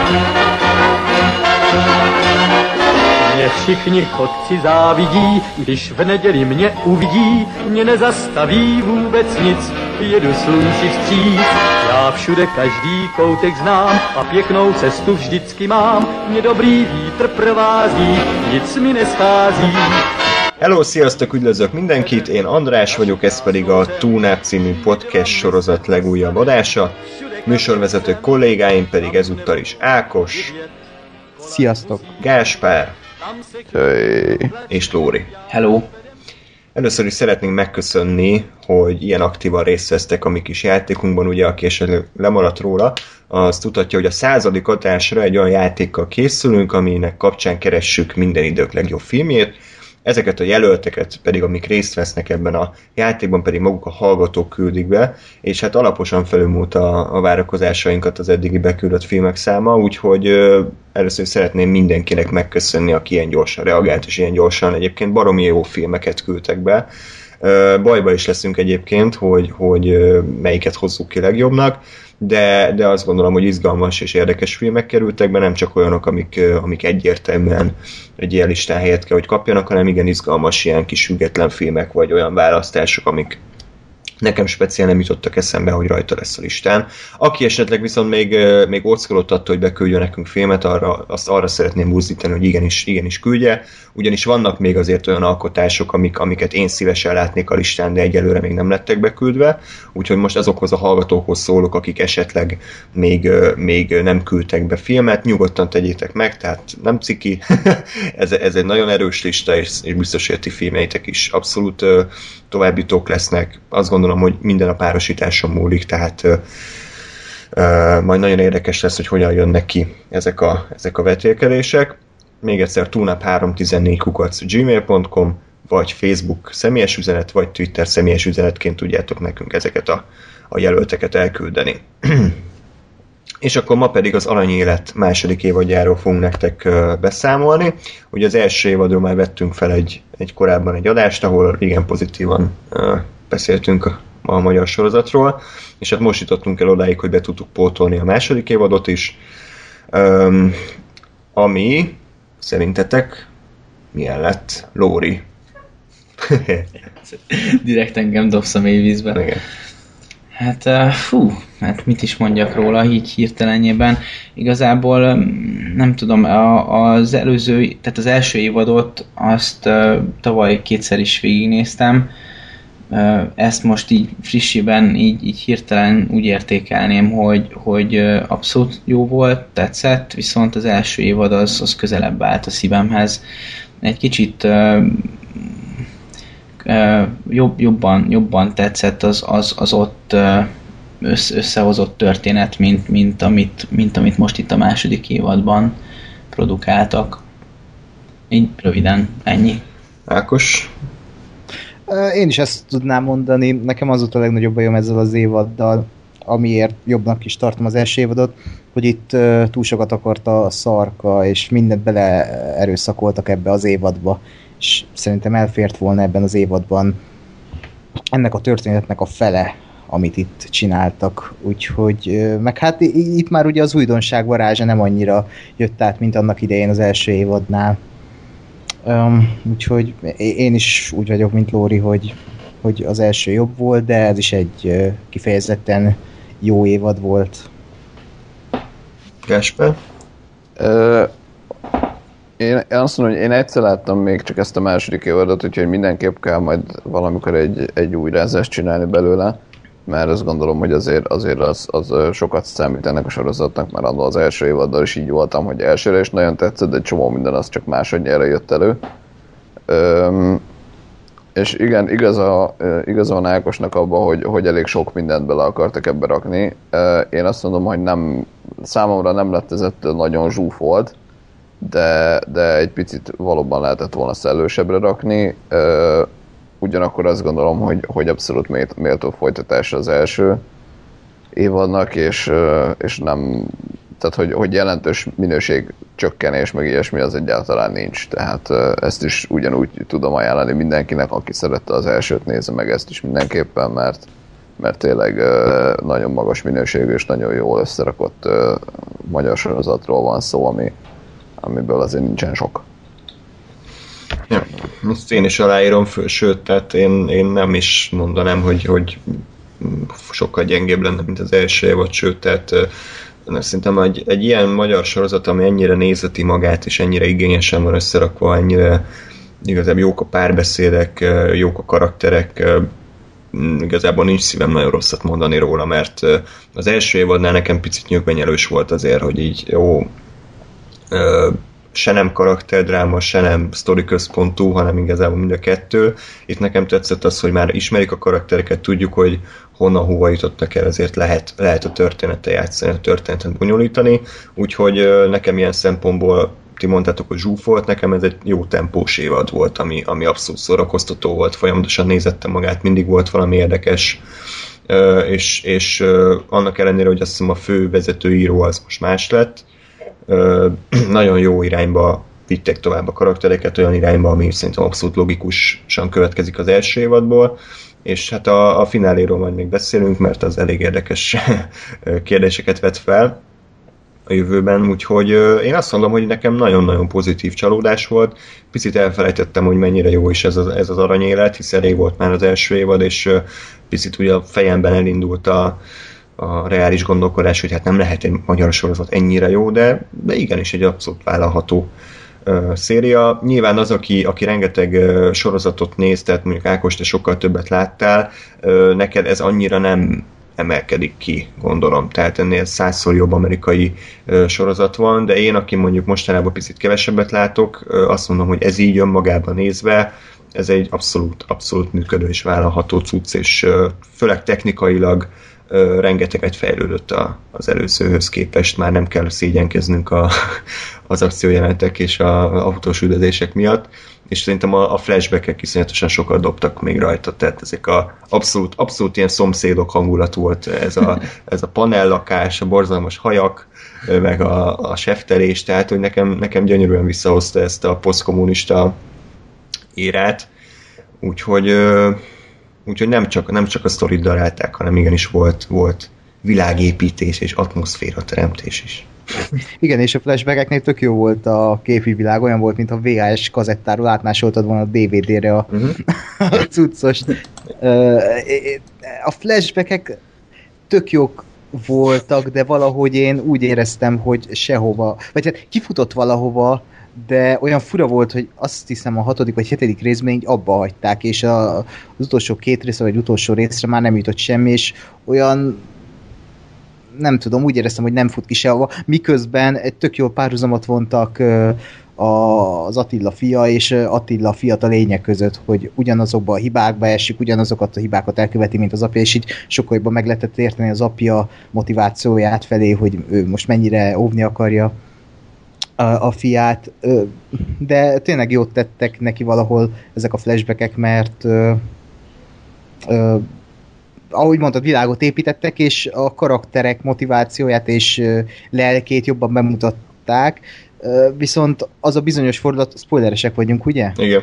Mě všichni chodci závidí, když v neděli mě uvidí, mě nezastaví vůbec nic, jedu slunci vstříc. Já všude každý koutek znám a pěknou cestu vždycky mám, mě dobrý vítr provází, nic mi neschází. Hello, sziasztok, üdvözlök mindenkit, én András vagyok, ez pedig a TUNAP című podcast sorozat legújabb adása. Műsorvezető kollégáim pedig ezúttal is Ákos, sziasztok, Gáspár, és Lóri. Hello! Először is szeretnénk megköszönni, hogy ilyen aktívan részt vesztek a mi kis játékunkban, ugye aki esetleg lemaradt róla, az tudhatja, hogy a 100. adásra egy olyan játékkal készülünk, aminek kapcsán keressük minden idők legjobb filmjét. Ezeket a jelölteket pedig, amik részt vesznek ebben a játékban, pedig maguk a hallgatók küldik be, és hát alaposan felülmúlt a várakozásainkat az eddigi beküldött filmek száma, úgyhogy először szeretném mindenkinek megköszönni, aki ilyen gyorsan reagált, és ilyen gyorsan egyébként baromi jó filmeket küldtek be. Bajba is leszünk egyébként, hogy melyiket hozzuk ki legjobbnak, de azt gondolom, hogy izgalmas és érdekes filmek kerültek be, nem csak olyanok, amik egyértelműen egy ilyen listán helyet kell, hogy kapjanak, hanem igen izgalmas ilyen kis független filmek, vagy olyan választások, amik nekem speciál nem jutottak eszembe, hogy rajta lesz a listán. Aki esetleg viszont még óckodott attól, hogy beküldjön nekünk filmet, arra szeretném buzdítani, hogy igenis küldje, ugyanis vannak még azért olyan alkotások, amiket én szívesen látnék a listán, de egyelőre még nem lettek beküldve, úgyhogy most azokhoz a hallgatókhoz szólok, akik esetleg még nem küldtek be filmet, nyugodtan tegyétek meg, tehát nem ciki, ez egy nagyon erős lista, és biztos, hogy a ti filmeitek is abszolút továbbjutók lesznek. Azt gondolom, hogy minden a párosításon múlik, tehát majd nagyon érdekes lesz, hogy hogyan jönnek ki ezek a vetélkedések. Még egyszer tunap314@gmail.com, vagy Facebook személyes üzenet, vagy Twitter személyes üzenetként tudjátok nekünk ezeket a jelölteket elküldeni. És akkor ma pedig az Aranyélet második évadjáról fogunk nektek beszámolni. Ugye az első évadról már vettünk fel korábban egy adást, ahol igen pozitívan beszéltünk a magyar sorozatról, és hát most jutottunk el odáig, hogy be tudtuk pótolni a második évadot is, ami szerintetek milyen lett, Lóri? Direkt engem dobsz a mélyvízbe. Igen. Hát mit is mondjak róla így hirtelenjében. Igazából nem tudom, az első évadot azt tavaly kétszer is végignéztem. Ezt most így frissiben, így hirtelen úgy értékelném, hogy abszolút jó volt, tetszett, viszont az első évad az közelebb állt a szívemhez. Egy kicsit jobban tetszett az ott összehozott történet, mint amit most itt a második évadban produkáltak. Így röviden ennyi. Ákos? Én is ezt tudnám mondani, nekem az volt a legnagyobb bajom ezzel az évaddal, amiért jobbnak is tartom az első évadot, hogy itt túl sokat akarta a Szarka, és mindent bele erőszakoltak ebbe az évadba, és szerintem elfért volna ebben az évadban ennek a történetnek a fele, amit itt csináltak, úgyhogy, meg hát itt már ugye az újdonság varázsa nem annyira jött át, mint annak idején az első évadnál. Úgyhogy én is úgy vagyok, mint Lóri, hogy az első jobb volt, de ez is egy kifejezetten jó évad volt. Gáspár? Én azt mondom, hogy én egyszer láttam még csak ezt a második évadot, úgyhogy mindenképp kell majd valamikor egy újrázást csinálni belőle, mert azt gondolom, hogy azért az sokat számít ennek a sorozatnak, mert az első évaddal is így voltam, hogy elsőre is nagyon tetszett, de egy csomó minden az csak másodjára jött elő. És igen, igazán Ákosnak abban, hogy elég sok mindent bele akartak ebbe rakni. Én azt mondom, hogy számomra nem lett ez ettől nagyon zsúfolt, de egy picit valóban lehetett volna szellősebbre rakni. Ugyanakkor azt gondolom, hogy abszolút méltó folytatása az első évadnak, és nem, tehát hogy jelentős minőség csökkenés, meg ilyesmi az egyáltalán nincs. Tehát ezt is ugyanúgy tudom ajánlani mindenkinek, aki szerette az elsőt, nézze meg ezt is mindenképpen, mert tényleg nagyon magas minőségű és nagyon jól összerakott magyar sorozatról van szó, amiből azért nincsen sok. Ja, ezt én is aláírom, sőt, tehát én nem is mondanám, hogy sokkal gyengébb lenne, mint az első évad, sőt, tehát szerintem egy ilyen magyar sorozat, ami ennyire nézeti magát, és ennyire igényesen van összerakva, ennyire igazából jók a párbeszédek, jók a karakterek, igazából nincs szívem nagyon rosszat mondani róla, mert az első évadnál nekem picit nyögvenyelős volt azért, hogy így jó, se nem karakterdráma, se nem sztori központú, hanem igazából mind a kettő. Itt nekem tetszett az, hogy már ismerik a karaktereket, tudjuk, hogy honnan, hova jutottak el, ezért lehet a története játszani, a történetet bonyolítani, úgyhogy nekem ilyen szempontból ti mondtátok, hogy zsúfolt, nekem ez egy jó tempós évad volt, ami abszolút szórakoztató volt, folyamatosan nézette magát, mindig volt valami érdekes, és annak ellenére, hogy azt hiszem a fő vezetőíró az most más lett, nagyon jó irányba vitték tovább a karaktereket, olyan irányba, ami szerintem abszolút logikusan következik az első évadból, és hát a fináléról majd még beszélünk, mert az elég érdekes kérdéseket vet fel a jövőben, úgyhogy én azt mondom, hogy nekem nagyon-nagyon pozitív csalódás volt. Picit elfelejtettem, hogy mennyire jó is ez az aranyélet, hisz elég volt már az első évad, és picit ugye a fejemben elindult a reális gondolkodás, hogy hát nem lehet egy magyar sorozat ennyire jó, de igenis egy abszolút vállalható széria. Nyilván az, aki rengeteg sorozatot néz, tehát mondjuk Ákos, te sokkal többet láttál, neked ez annyira nem emelkedik ki, gondolom. Tehát ennél 100-szor jobb amerikai sorozat van, de én, aki mondjuk mostanában picit kevesebbet látok, azt mondom, hogy ez így önmagában nézve, ez egy abszolút működő és vállalható cucc, és főleg technikailag rengeteget fejlődött az előzőhöz képest, már nem kell szégyenkeznünk az akciójelenetek és az autós üldözések miatt, és szerintem a flashbackek iszonyatosan sokat dobtak még rajta, tehát ezek abszolút ilyen szomszédok hangulat volt, ez a panellakás, a borzalmas hajak, meg a seftelés, tehát hogy nekem gyönyörűen visszahozta ezt a posztkommunista érát, úgyhogy nem csak a sztorit darálták, hanem igenis volt világépítés és atmoszféra teremtés is. Igen, és a flashbackeknél tök jó volt a képi világ, olyan volt, mintha VHS kazettáról átmásoltad volna a DVD-re a cuccost. A flashbackek tök jók voltak, de valahogy én úgy éreztem, hogy sehova, vagy hát kifutott valahova, de olyan fura volt, hogy azt hiszem a 6. vagy 7. részben így abba hagyták, és az utolsó 2 részre, vagy utolsó részre már nem jutott semmi, és olyan nem tudom, úgy éreztem, hogy nem fut ki sehova, miközben egy tök jó párhuzamot vontak az Attila fia és Attila fiata lények között, hogy ugyanazokba a hibákba esik, ugyanazokat a hibákat elköveti, mint az apja, és így sokkal jobban meg lehetett érteni az apja motivációját felé, hogy ő most mennyire óvni akarja a fiát, de tényleg jót tettek neki valahol ezek a flashbackek, mert ahogy mondtad, világot építettek, és a karakterek motivációját és lelkét jobban bemutatták, viszont az a bizonyos fordulat, spoileresek vagyunk, ugye? Igen.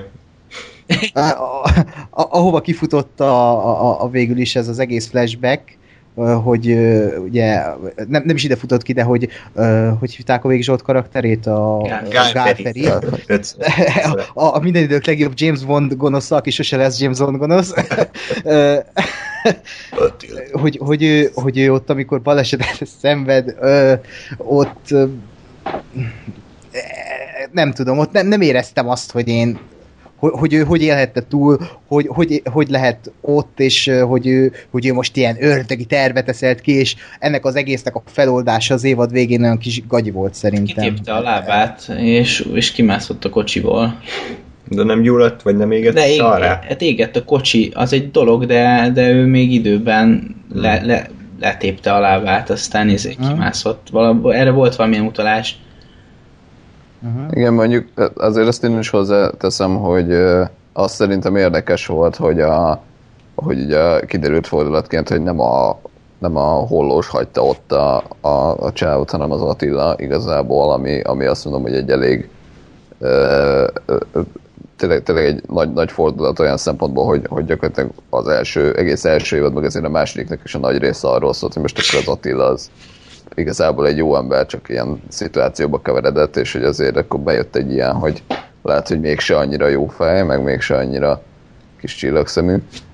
Ahova kifutott a végül is ez az egész flashback, hogy ugye nem is ide futott ki, de hogy hívták a Vég Zsolt karakterét? Gálferi. A minden idők legjobb James Bond gonosza, aki sose lesz James Bond gonosz. hogy ő ott, amikor balesetet szenved, ott nem tudom, ott nem éreztem azt, hogy én hogy ő hogy élhette túl, hogy lehet ott, és hogy ő most ilyen ördögi tervet eszelt ki, és ennek az egésznek a feloldása az évad végén olyan kis gagyi volt szerintem. Kitépte a lábát, és kimászott a kocsiból. De nem gyulladt, vagy nem égett szarrá? Hát égett a kocsi, az egy dolog, de ő még időben letépte a lábát, aztán kimászott. Erre volt valamilyen utalás. Igen, mondjuk azért azt én is hozzáteszem, hogy azt szerintem érdekes volt, hogy ugye kiderült fordulatként, hogy nem a Hollós hagyta ott a csávot, hanem az Attila igazából, ami azt mondom, hogy egy elég tényleg egy nagy fordulat olyan szempontból, hogy gyakorlatilag az egész első évad, meg azért a másodiknak is a nagy része arról szólt, hogy most akkor az Attila az igazából egy jó ember csak ilyen szituációba keveredett, és hogy azért akkor bejött egy ilyen, hogy lehet, hogy mégse annyira jó fej, meg mégse annyira kis csillagszemű.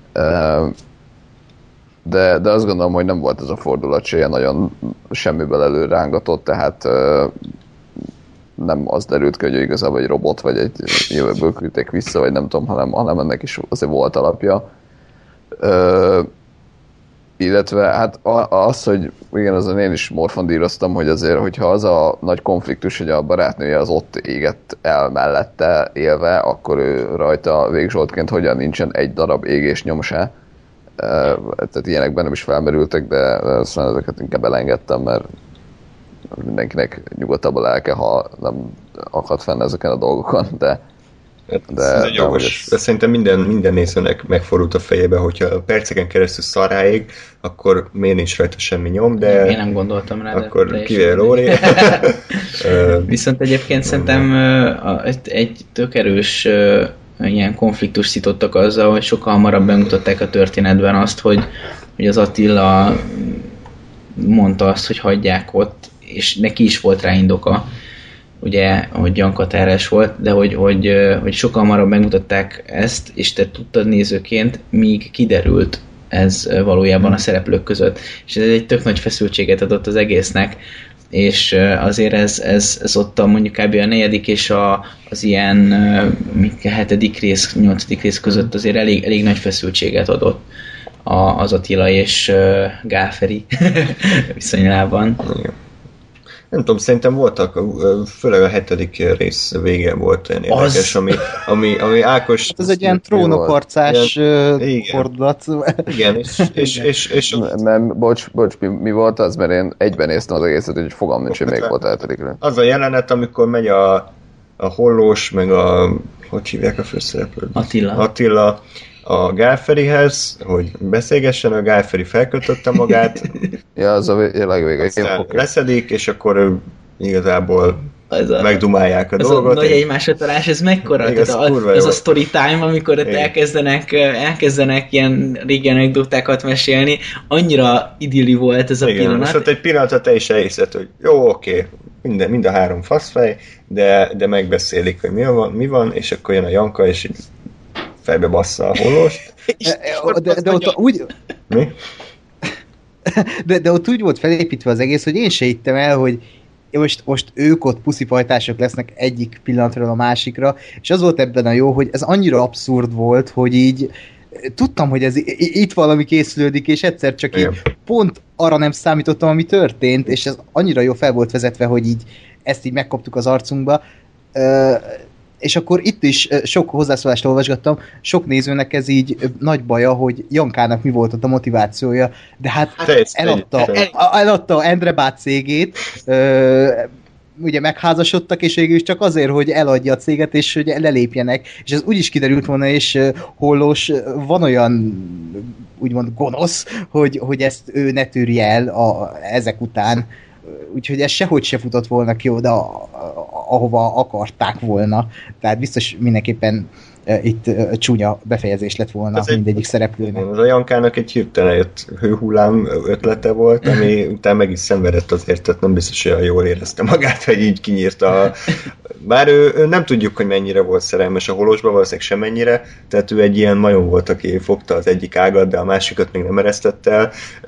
De azt gondolom, hogy nem volt ez a fordulat se nagyon semmiből előrángatott, tehát nem az derült ki, hogy igazából egy robot, vagy egy jövőből küldték vissza, vagy nem tudom, hanem ennek is azért volt alapja. Illetve hát az, hogy igen, azon én is morfondíroztam, hogy azért, hogyha az a nagy konfliktus, hogy a barátnője az ott égett el mellette élve, akkor ő rajta végzsoltként hogyan nincsen egy darab égésnyom se. Tehát ilyenek bennem is felmerültek, de aztán ezeket inkább elengedtem, mert mindenkinek nyugodtabb a lelke, ha nem akad fenn ezeken a dolgokon, de jogos. De szerintem minden nézőnek megfordult a fejébe, hogyha perceken keresztül szaráig, akkor miért nincs rajta semmi nyom, de én nem gondoltam rá, akkor kivél Lóri. Viszont egyébként szerintem egy tök erős ilyen konfliktus szítottak azzal, hogy sokkal hamarabb bemutatták a történetben azt, hogy az Attila mondta azt, hogy hagyják ott, és neki is volt rá indoka, ugye, hogy Janka terhes volt, de hogy sokkal hamarabb megmutatták ezt, és te tudtad nézőként, míg kiderült ez valójában a szereplők között. És ez egy tök nagy feszültséget adott az egésznek, és azért ez ott mondjuk kb. A 4. és az ilyen 7. rész, 8. rész között azért elég nagy feszültséget adott az Attila és Gáferi viszonyában. Nem tudom, szerintem voltak, főleg a 7. rész vége volt olyan érdekes, ami Ákos... Hát ez egy ilyen trónokarcás fordulat. Igen, és bocs, mi volt az, mert én egyben néztem az egészet, hogy fogalmam nincs, hogy még volt a 7. Az a jelenet, amikor megy a Hollós, meg hogy hívják a főszereplőt? Attila a Gálferihez, hogy beszélgessen, a Gálferi felkötötte magát. Ja, az a legvége. Leszedik, és akkor ő igazából megdumálják a dolgot. Ez a nagy egymásra találás, ez mekkora? Ez a story time, amikor ott elkezdenek ilyen régi anekdotákat mesélni, annyira idilli volt ez a pillanat. És ott egy pillanatra te is elhiszed, hogy jó, oké, mind a 3 faszfej, de megbeszélik, hogy mi van, és akkor jön a Janka, és így fejbe bassza a Hollóst. De ott úgy... Mi? De ott úgy volt felépítve az egész, hogy én se hittem el, hogy most ők ott puszipajtások lesznek egyik pillanatról a másikra, és az volt ebben a jó, hogy ez annyira abszurd volt, hogy így tudtam, hogy ez itt valami készülődik, és egyszer csak így pont arra nem számítottam, ami történt, és ez annyira jó fel volt vezetve, hogy így ezt így megkaptuk az arcunkba. És akkor itt is sok hozzászólást olvasgattam, sok nézőnek ez így nagy baja, hogy Jankának mi volt ott a motivációja, de hát eladta Endre Bát cégét, ugye megházasodtak, és végül is csak azért, hogy eladja a céget, és hogy lelépjenek, és ez úgy is kiderült volna, és Hollós van olyan úgymond gonosz, hogy ezt ő ne tűrje el ezek után. Úgyhogy ez sehogy se futott volna ki oda, ahova akarták volna. Tehát biztos mindenképpen itt csúnya befejezés lett volna mindegyik szereplőnek. Az a Jankának egy hirtelen jött hőhullám ötlete volt, ami utána meg is szenvedett azért, tehát nem biztos, hogy jól érezte magát, hogy így kinyírta. Bár ő nem tudjuk, hogy mennyire volt szerelmes a Hollósba, valószínűleg semennyire, tehát ő egy ilyen majom volt, aki fogta az egyik ágat, de a másikat még nem eresztette el.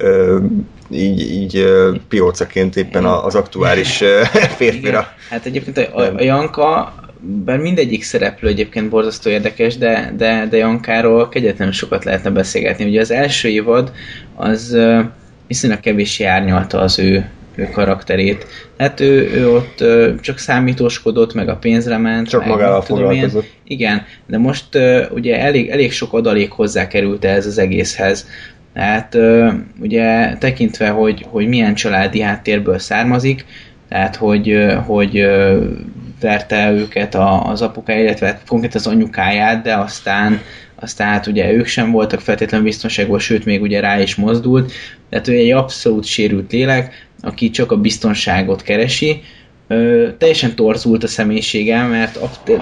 Így piócaként éppen az aktuális férfira. Igen. Hát egyébként a Janka, bár mindegyik szereplő egyébként borzasztó érdekes, de Jankáról kegyetlenül sokat lehetne beszélgetni. Ugye az első évad az viszonylag kevéssé árnyalta az ő karakterét. Hát ő ott csak számítóskodott, meg a pénzre ment. Csak magával foglalkozott. Igen, de most ugye elég sok adalék hozzákerült ez az egészhez. Tehát ugye tekintve, hogy milyen családi háttérből származik, tehát hogy verte őket az apukája, illetve konkrétan az anyukáját, de aztán hát ugye ők sem voltak feltétlenül biztonságban, sőt még ugye rá is mozdult. Tehát ő egy abszolút sérült lélek, aki csak a biztonságot keresi. Teljesen torzult a személyisége, mert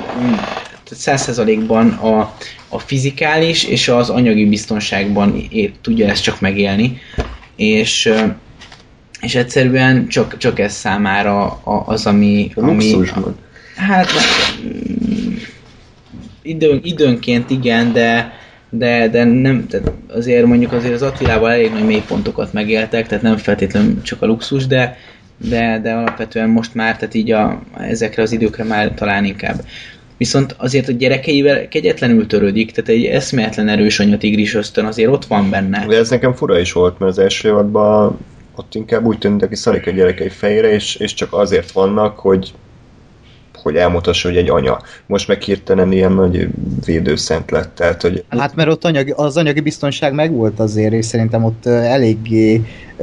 100%-ban a fizikális és az anyagi biztonságban tudja ezt csak megélni, és és egyszerűen csak ez számára az, ami Luxusban. hát időnként igen, de nem, tehát azért mondjuk azért az Attilával elég nagy mélypontokat megéltek, tehát nem feltétlenül csak a luxus, de alapvetően most már, tehát így ezekre az időkre már talán inkább. Viszont azért a gyerekeivel kegyetlenül törődik, tehát egy eszméletlen erős anyatigris ösztön azért ott van benne. De ez nekem fura is volt, mert az első évadban ott inkább úgy tűnt, aki szarik a gyerekei fejére, és csak azért vannak, hogy elmutassa, hogy egy anya. Most meg hirtelen ilyen nagy védőszent lett. Tehát, hogy... Hát mert ott az anyagi biztonság megvolt azért, és szerintem ott eléggé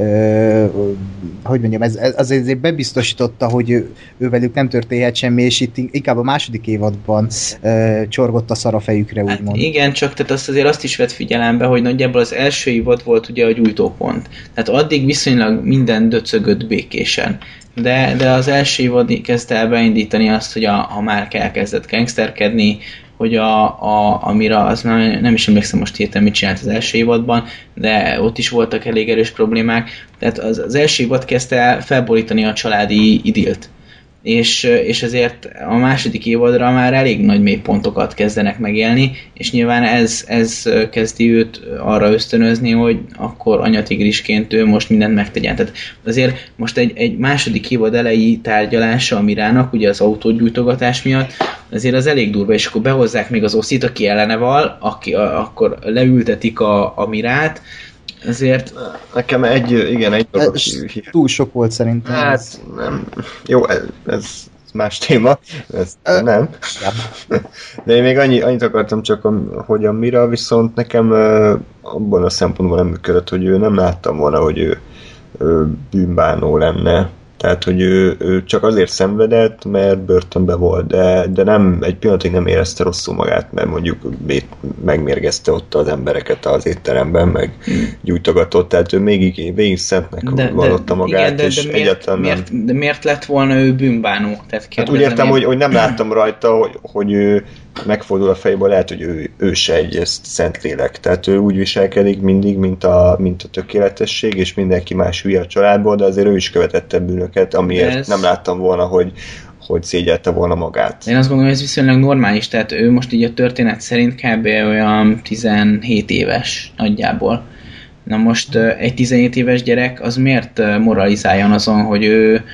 hogy mondjam, ez azért bebiztosította, hogy ővelük nem történhet semmi, és itt inkább a második évadban csorgott a szar a fejükre, úgymond. Hát igen, csak tehát azt is vett figyelembe, hogy nagyjából az első évad volt ugye a gyújtópont. Tehát addig viszonylag minden döcögött békésen. De az első évad kezdte el beindítani azt, hogy a Mark elkezdett gangsterkedni, hogy amire az nem is emlékszem most hirtelen mit csinált az első évadban, de ott is voltak elég erős problémák. Tehát az első évad kezdte el felborítani a családi idilt. És ezért a második évadra már elég nagy mélypontokat kezdenek megélni, és nyilván ez kezdi őt arra ösztönözni, hogy akkor anyatigrisként ő most mindent megtegyen. Tehát azért most egy második évad elejé tárgyalása a Mirának, ugye az autógyújtogatás miatt, azért az elég durva, és akkor behozzák még az Oszit, aki ellene van, akkor leültetik a Mirát, ezért... Nekem egy dolog... Túl sok volt szerintem. Hát nem. Jó, ez más téma. Ez nem. De én még annyit akartam csak, hogy a Mira viszont nekem abban a szempontból nem működött, hogy ő nem láttam volna, hogy ő bűnbánó lenne. Tehát, hogy ő csak azért szenvedett, mert börtönben volt, de nem, egy pillanatig nem érezte rosszul magát, mert mondjuk megmérgezte ott az embereket az étteremben, meg gyújtogatott, tehát ő végig szentnek vallotta magát, igen, és egyáltalán nem... De miért lett volna ő bűnbánó? Tehát hát úgy értem, hogy nem láttam rajta, hogy ő megfordul a fejéből, lehet, hogy ő se egy szent lélek. Tehát ő úgy viselkedik mindig, mint a tökéletesség, és mindenki más hülye a családból, de azért ő is követette bűnöket, amiért nem láttam volna, hogy szégyelte volna magát. Én azt gondolom, hogy ez viszonylag normális, tehát ő most így a történet szerint kb. Olyan 17 éves nagyjából. Na most egy 17 éves gyerek az miért moralizáljon azon, hogy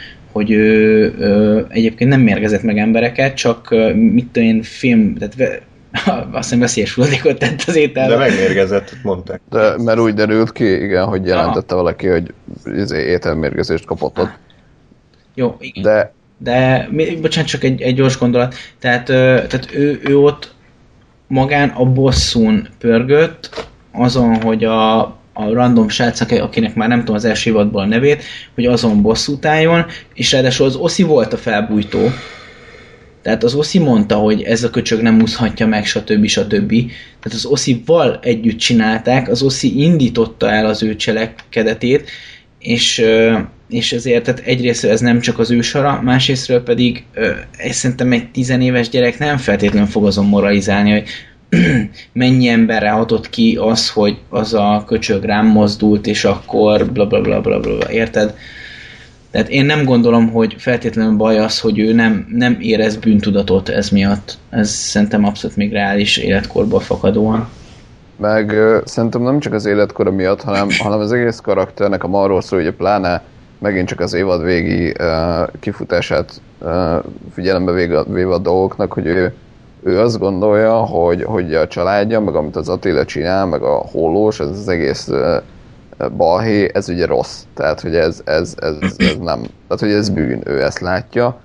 ő egyébként nem mérgezett meg embereket, csak mit tudom én, tehát azt hiszem veszélyes hulladékot tett az ételbe. De megmérgezett, mondták. De, mert úgy derült ki, igen, hogy jelentette valaki, hogy ételmérgezést kapott ott. Jó, igen. De bocsánat, csak egy gyors gondolat. Tehát ő ott magán a bosszún pörgött, azon, hogy a random srác, akinek már nem tudom az első évadból a nevét, hogy azon bosszút álljon, és ráadásul az Oszi volt a felbújtó. Tehát az Oszi mondta, hogy ez a köcsög nem úszhatja meg, stb. Tehát az Oszival együtt csinálták, az Oszi indította el az ő cselekedetét, és ezért tehát egyrészt ez nem csak az ő sara, másrésztről pedig szerintem egy 10 éves gyerek nem feltétlenül fog azon moralizálni, hogy mennyi emberre hatott ki az, hogy az a köcsög rám mozdult, és akkor blablabla, érted? Tehát én nem gondolom, hogy feltétlenül baj az, hogy ő nem érez bűntudatot ez miatt. Ez szerintem abszolút még reális életkorból fakadóan. Meg szerintem nem csak az életkora miatt, hanem az egész karakternek a arról szól, hogy pláne megint csak az évad végi kifutását figyelembe véve a dolgoknak, hogy ő azt gondolja, hogy a családja, meg amit az Attila csinál, meg a hollós, ez az egész balhé, ez ugye rossz. Tehát, hogy ez nem, tehát, hogy ez bűn, ő ezt látja,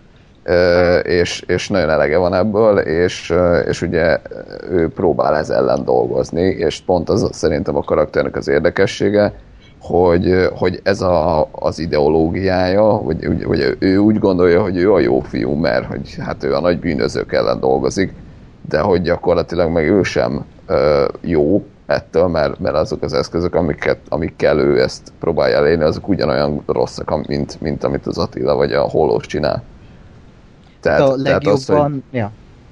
és nagyon elege van ebből, és ugye ő próbál ez ellen dolgozni, és pont az szerintem a karakternek az érdekessége, hogy ez az ideológiája, hogy ő úgy gondolja, hogy ő a jó fiú, mert hogy hát ő a nagy bűnözők ellen dolgozik, de hogy gyakorlatilag meg ő sem jó ettől, mert azok az eszközök, amikkel ő ezt próbálja elérni, azok ugyanolyan rosszak, mint amit az Attila vagy a hollós csinál. Tehát a legjobban,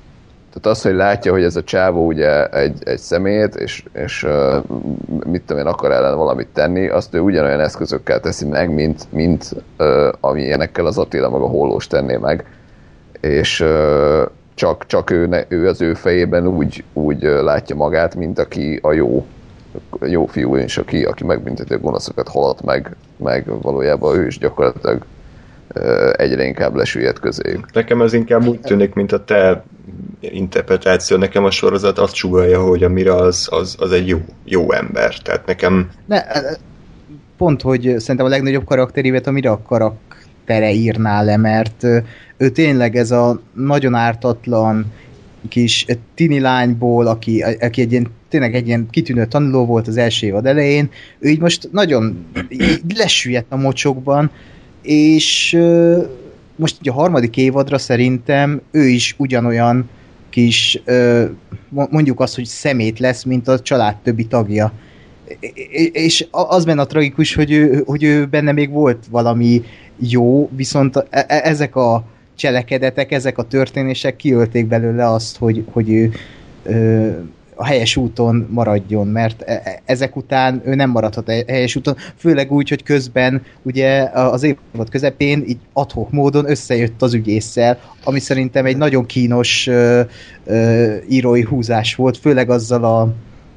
Tehát az, hogy látja, hogy ez a csávó ugye egy szemét, és mit tudom én, akar ellen valamit tenni, azt ő ugyanolyan eszközökkel teszi meg, mint ami ilyenekkel az Attila meg a Hollós tenné meg. És csak ő az ő fejében úgy látja magát, mint aki a jó fiú, és aki megbünteti a gonoszokat, holott meg valójában ő is gyakorlatilag egyre inkább lesüllyedt közéjük. Nekem ez inkább úgy tűnik, mint a te interpretáció. Nekem a sorozat azt sugallja, hogy a Mira az egy jó ember. Tehát nekem... Pont, hogy szerintem a legnagyobb karakterévet a Mira karaktere írná le, mert ő tényleg ez a nagyon ártatlan kis tini lányból, aki tényleg egy ilyen kitűnő tanuló volt az első évad elején, ő így most nagyon lesüllyedt a mocsokban, és most ugye a harmadik évadra szerintem ő is ugyanolyan kis, mondjuk azt, hogy szemét lesz, mint a család többi tagja. És az benne a tragikus, hogy ő benne még volt valami jó, viszont ezek a cselekedetek, ezek a történések kiölték belőle azt, hogy ő a helyes úton maradjon, mert ezek után ő nem maradhat a helyes úton, főleg úgy, hogy közben ugye az évad közepén így ad-hoc módon összejött az ügyésszel, ami szerintem egy nagyon kínos írói húzás volt, főleg azzal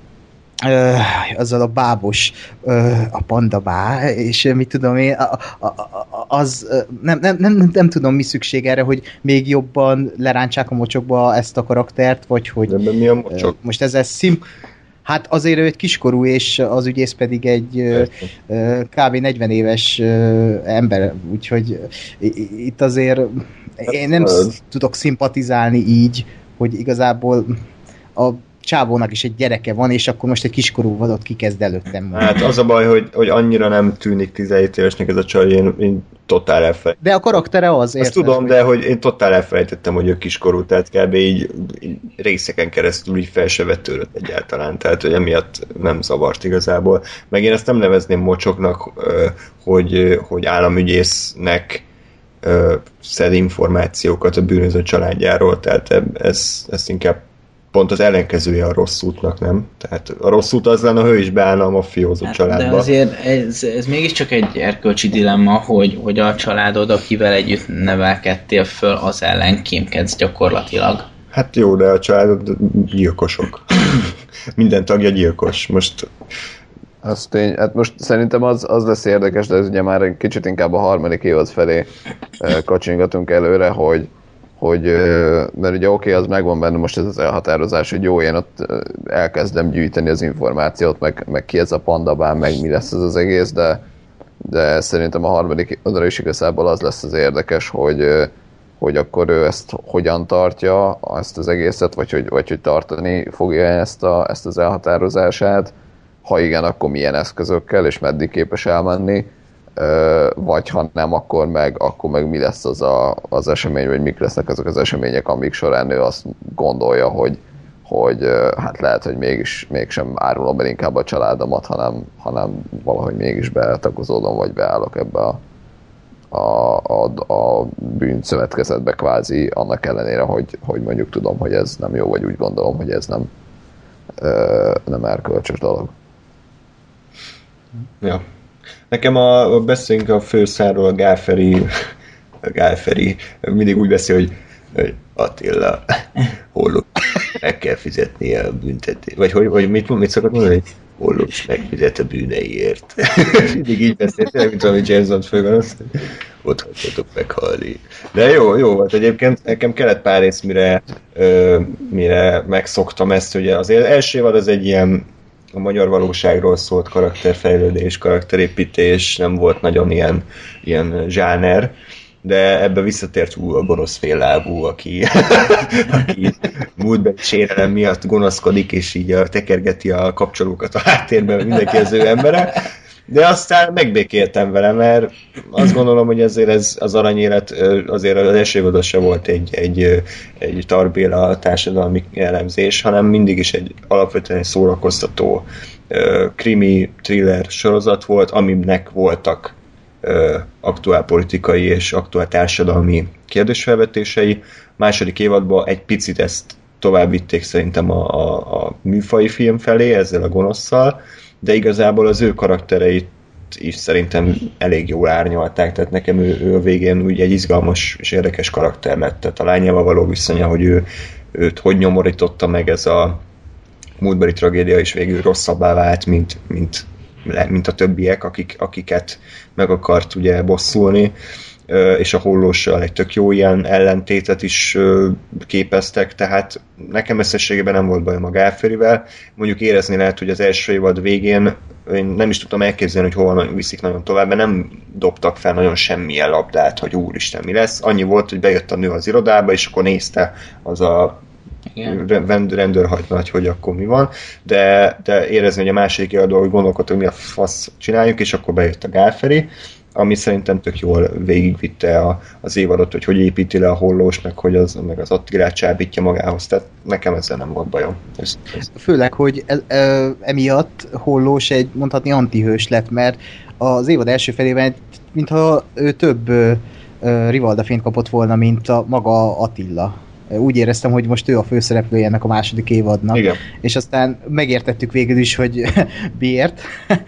a bábos, a pandabá, és mit tudom én, nem tudom, mi szükség erre, hogy még jobban lerántsák a mocsokba ezt a karaktert, vagy hogy... De mi a mocsok? Most ez hát azért ő egy kiskorú, és az ügyész pedig egy kb. 40 éves ember, úgyhogy itt azért én nem tudok szimpatizálni így, hogy igazából a csávónak is egy gyereke van, és akkor most egy kiskorú vadot kikezd előttem. Hát az a baj, hogy annyira nem tűnik 17 évesnek ez a csaj, én totál elfelejtettem. De a karaktere az, érted? Azt tudom, de hogy én totál elfelejtettem, hogy ő kiskorú, tehát kb. Így részeken keresztül így fel se vetődött egyáltalán, tehát hogy emiatt nem zavart igazából. Meg én ezt nem nevezném mocsoknak, hogy államügyésznek szed információkat a bűnöző családjáról, tehát ez inkább pont az ellenkezője a rossz útnak, nem? Tehát a rossz út az lenne, ha ő is beállna a mafiózó családba. De azért ez mégiscsak egy erkölcsi dilemma, hogy a családod, akivel együtt nevelkedtél föl, az ellen kémkedsz gyakorlatilag. Hát jó, de a családod gyilkosok. Minden tagja gyilkos. Most... Hát most szerintem az lesz érdekes, de ez ugye már egy kicsit inkább a harmadik évad felé kacsingatunk előre, hogy mert ugye oké, az megvan benne most ez az elhatározás, hogy jó, én ott elkezdem gyűjteni az információt, meg ki ez a pandabán, meg mi lesz ez az egész, de szerintem a harmadik oldalra is igazából az lesz az érdekes, hogy akkor ő ezt hogyan tartja, ezt az egészet, vagy hogy tartani fogja ezt az elhatározását, ha igen, akkor milyen eszközökkel, és meddig képes elmenni, vagy ha nem, akkor meg mi lesz az esemény, vagy mik lesznek azok az események, amik során ő azt gondolja, hogy hát lehet, hogy mégsem árulom el inkább a családomat, hanem valahogy mégis betagozódom, vagy beállok ebbe a bűnszövetkezetbe kvázi, annak ellenére, hogy mondjuk tudom, hogy ez nem jó, vagy úgy gondolom, hogy ez nem erkölcsös dolog. Ja. Nekem beszéljünk a főszárról, a Gálferi mindig úgy beszél, hogy Attila, Hollós meg kell fizetni a büntetést. Vagy mit szokott mondani? Hollós megfizet a bűneiért. Mindig így beszél, tényleg, mint valami James Bond főben, ott hagyhatok meghalni. De jó volt egyébként, nekem kellett pár rész, mire megszoktam ezt, hogy azért első évad az egy ilyen a magyar valóságról szólt karakterfejlődés, karakterépítés, nem volt nagyon ilyen zsáner, de ebbe visszatért a gonosz féllábú, aki múltbeli sérelem miatt gonoszkodik, és így tekergeti a kapcsolókat a háttérben, mindenki az ő embere. De aztán megbékéltem vele, mert azt gondolom, hogy azért ez az aranyélet, azért az első évadban se volt egy tarbéla társadalmi elemzés, hanem mindig is egy alapvetően egy szórakoztató krimi, thriller sorozat volt, aminek voltak aktuál politikai és aktuál társadalmi kérdésfelvetései. Második évadban egy picit ezt tovább vitték szerintem a műfai film felé ezzel a gonoszszal, de igazából az ő karaktereit is szerintem elég jól árnyalták, tehát nekem ő a végén úgy egy izgalmas és érdekes karakter lett, tehát a lányával való viszonya, hogy őt hogy nyomorította meg ez a múltbeli tragédia, és végül rosszabbá vált, mint a többiek, akiket meg akart ugye bosszulni, és a Hollóssal egy tök jó ilyen ellentétet is képeztek, tehát nekem összességében nem volt bajom a Gálferivel. Mondjuk érezni lehet, hogy az első évad végén én nem is tudtam elképzelni, hogy hova viszik nagyon tovább, mert nem dobtak fel nagyon semmilyen labdát, hogy úristen, mi lesz. Annyi volt, hogy bejött a nő az irodába, és akkor nézte az a rendőrhagynagy, hogy akkor mi van, de érezni, hogy a második évadban hogy gondolkodtunk, mi a fasz csináljuk, és akkor bejött a Gálferi, ami szerintem tök jól végigvitte az évadot, hogy építi le a Hollós, meg az Attilát csábítja magához, tehát nekem ezzel nem volt bajom. Főleg, hogy emiatt Hollós egy mondhatni antihős lett, mert az évad első felében mintha ő több Rivalda fényt kapott volna, mint a maga Attila. Úgy éreztem, hogy most ő a főszereplője ennek a második évadnak. Igen. És aztán megértettük végül is, hogy miért.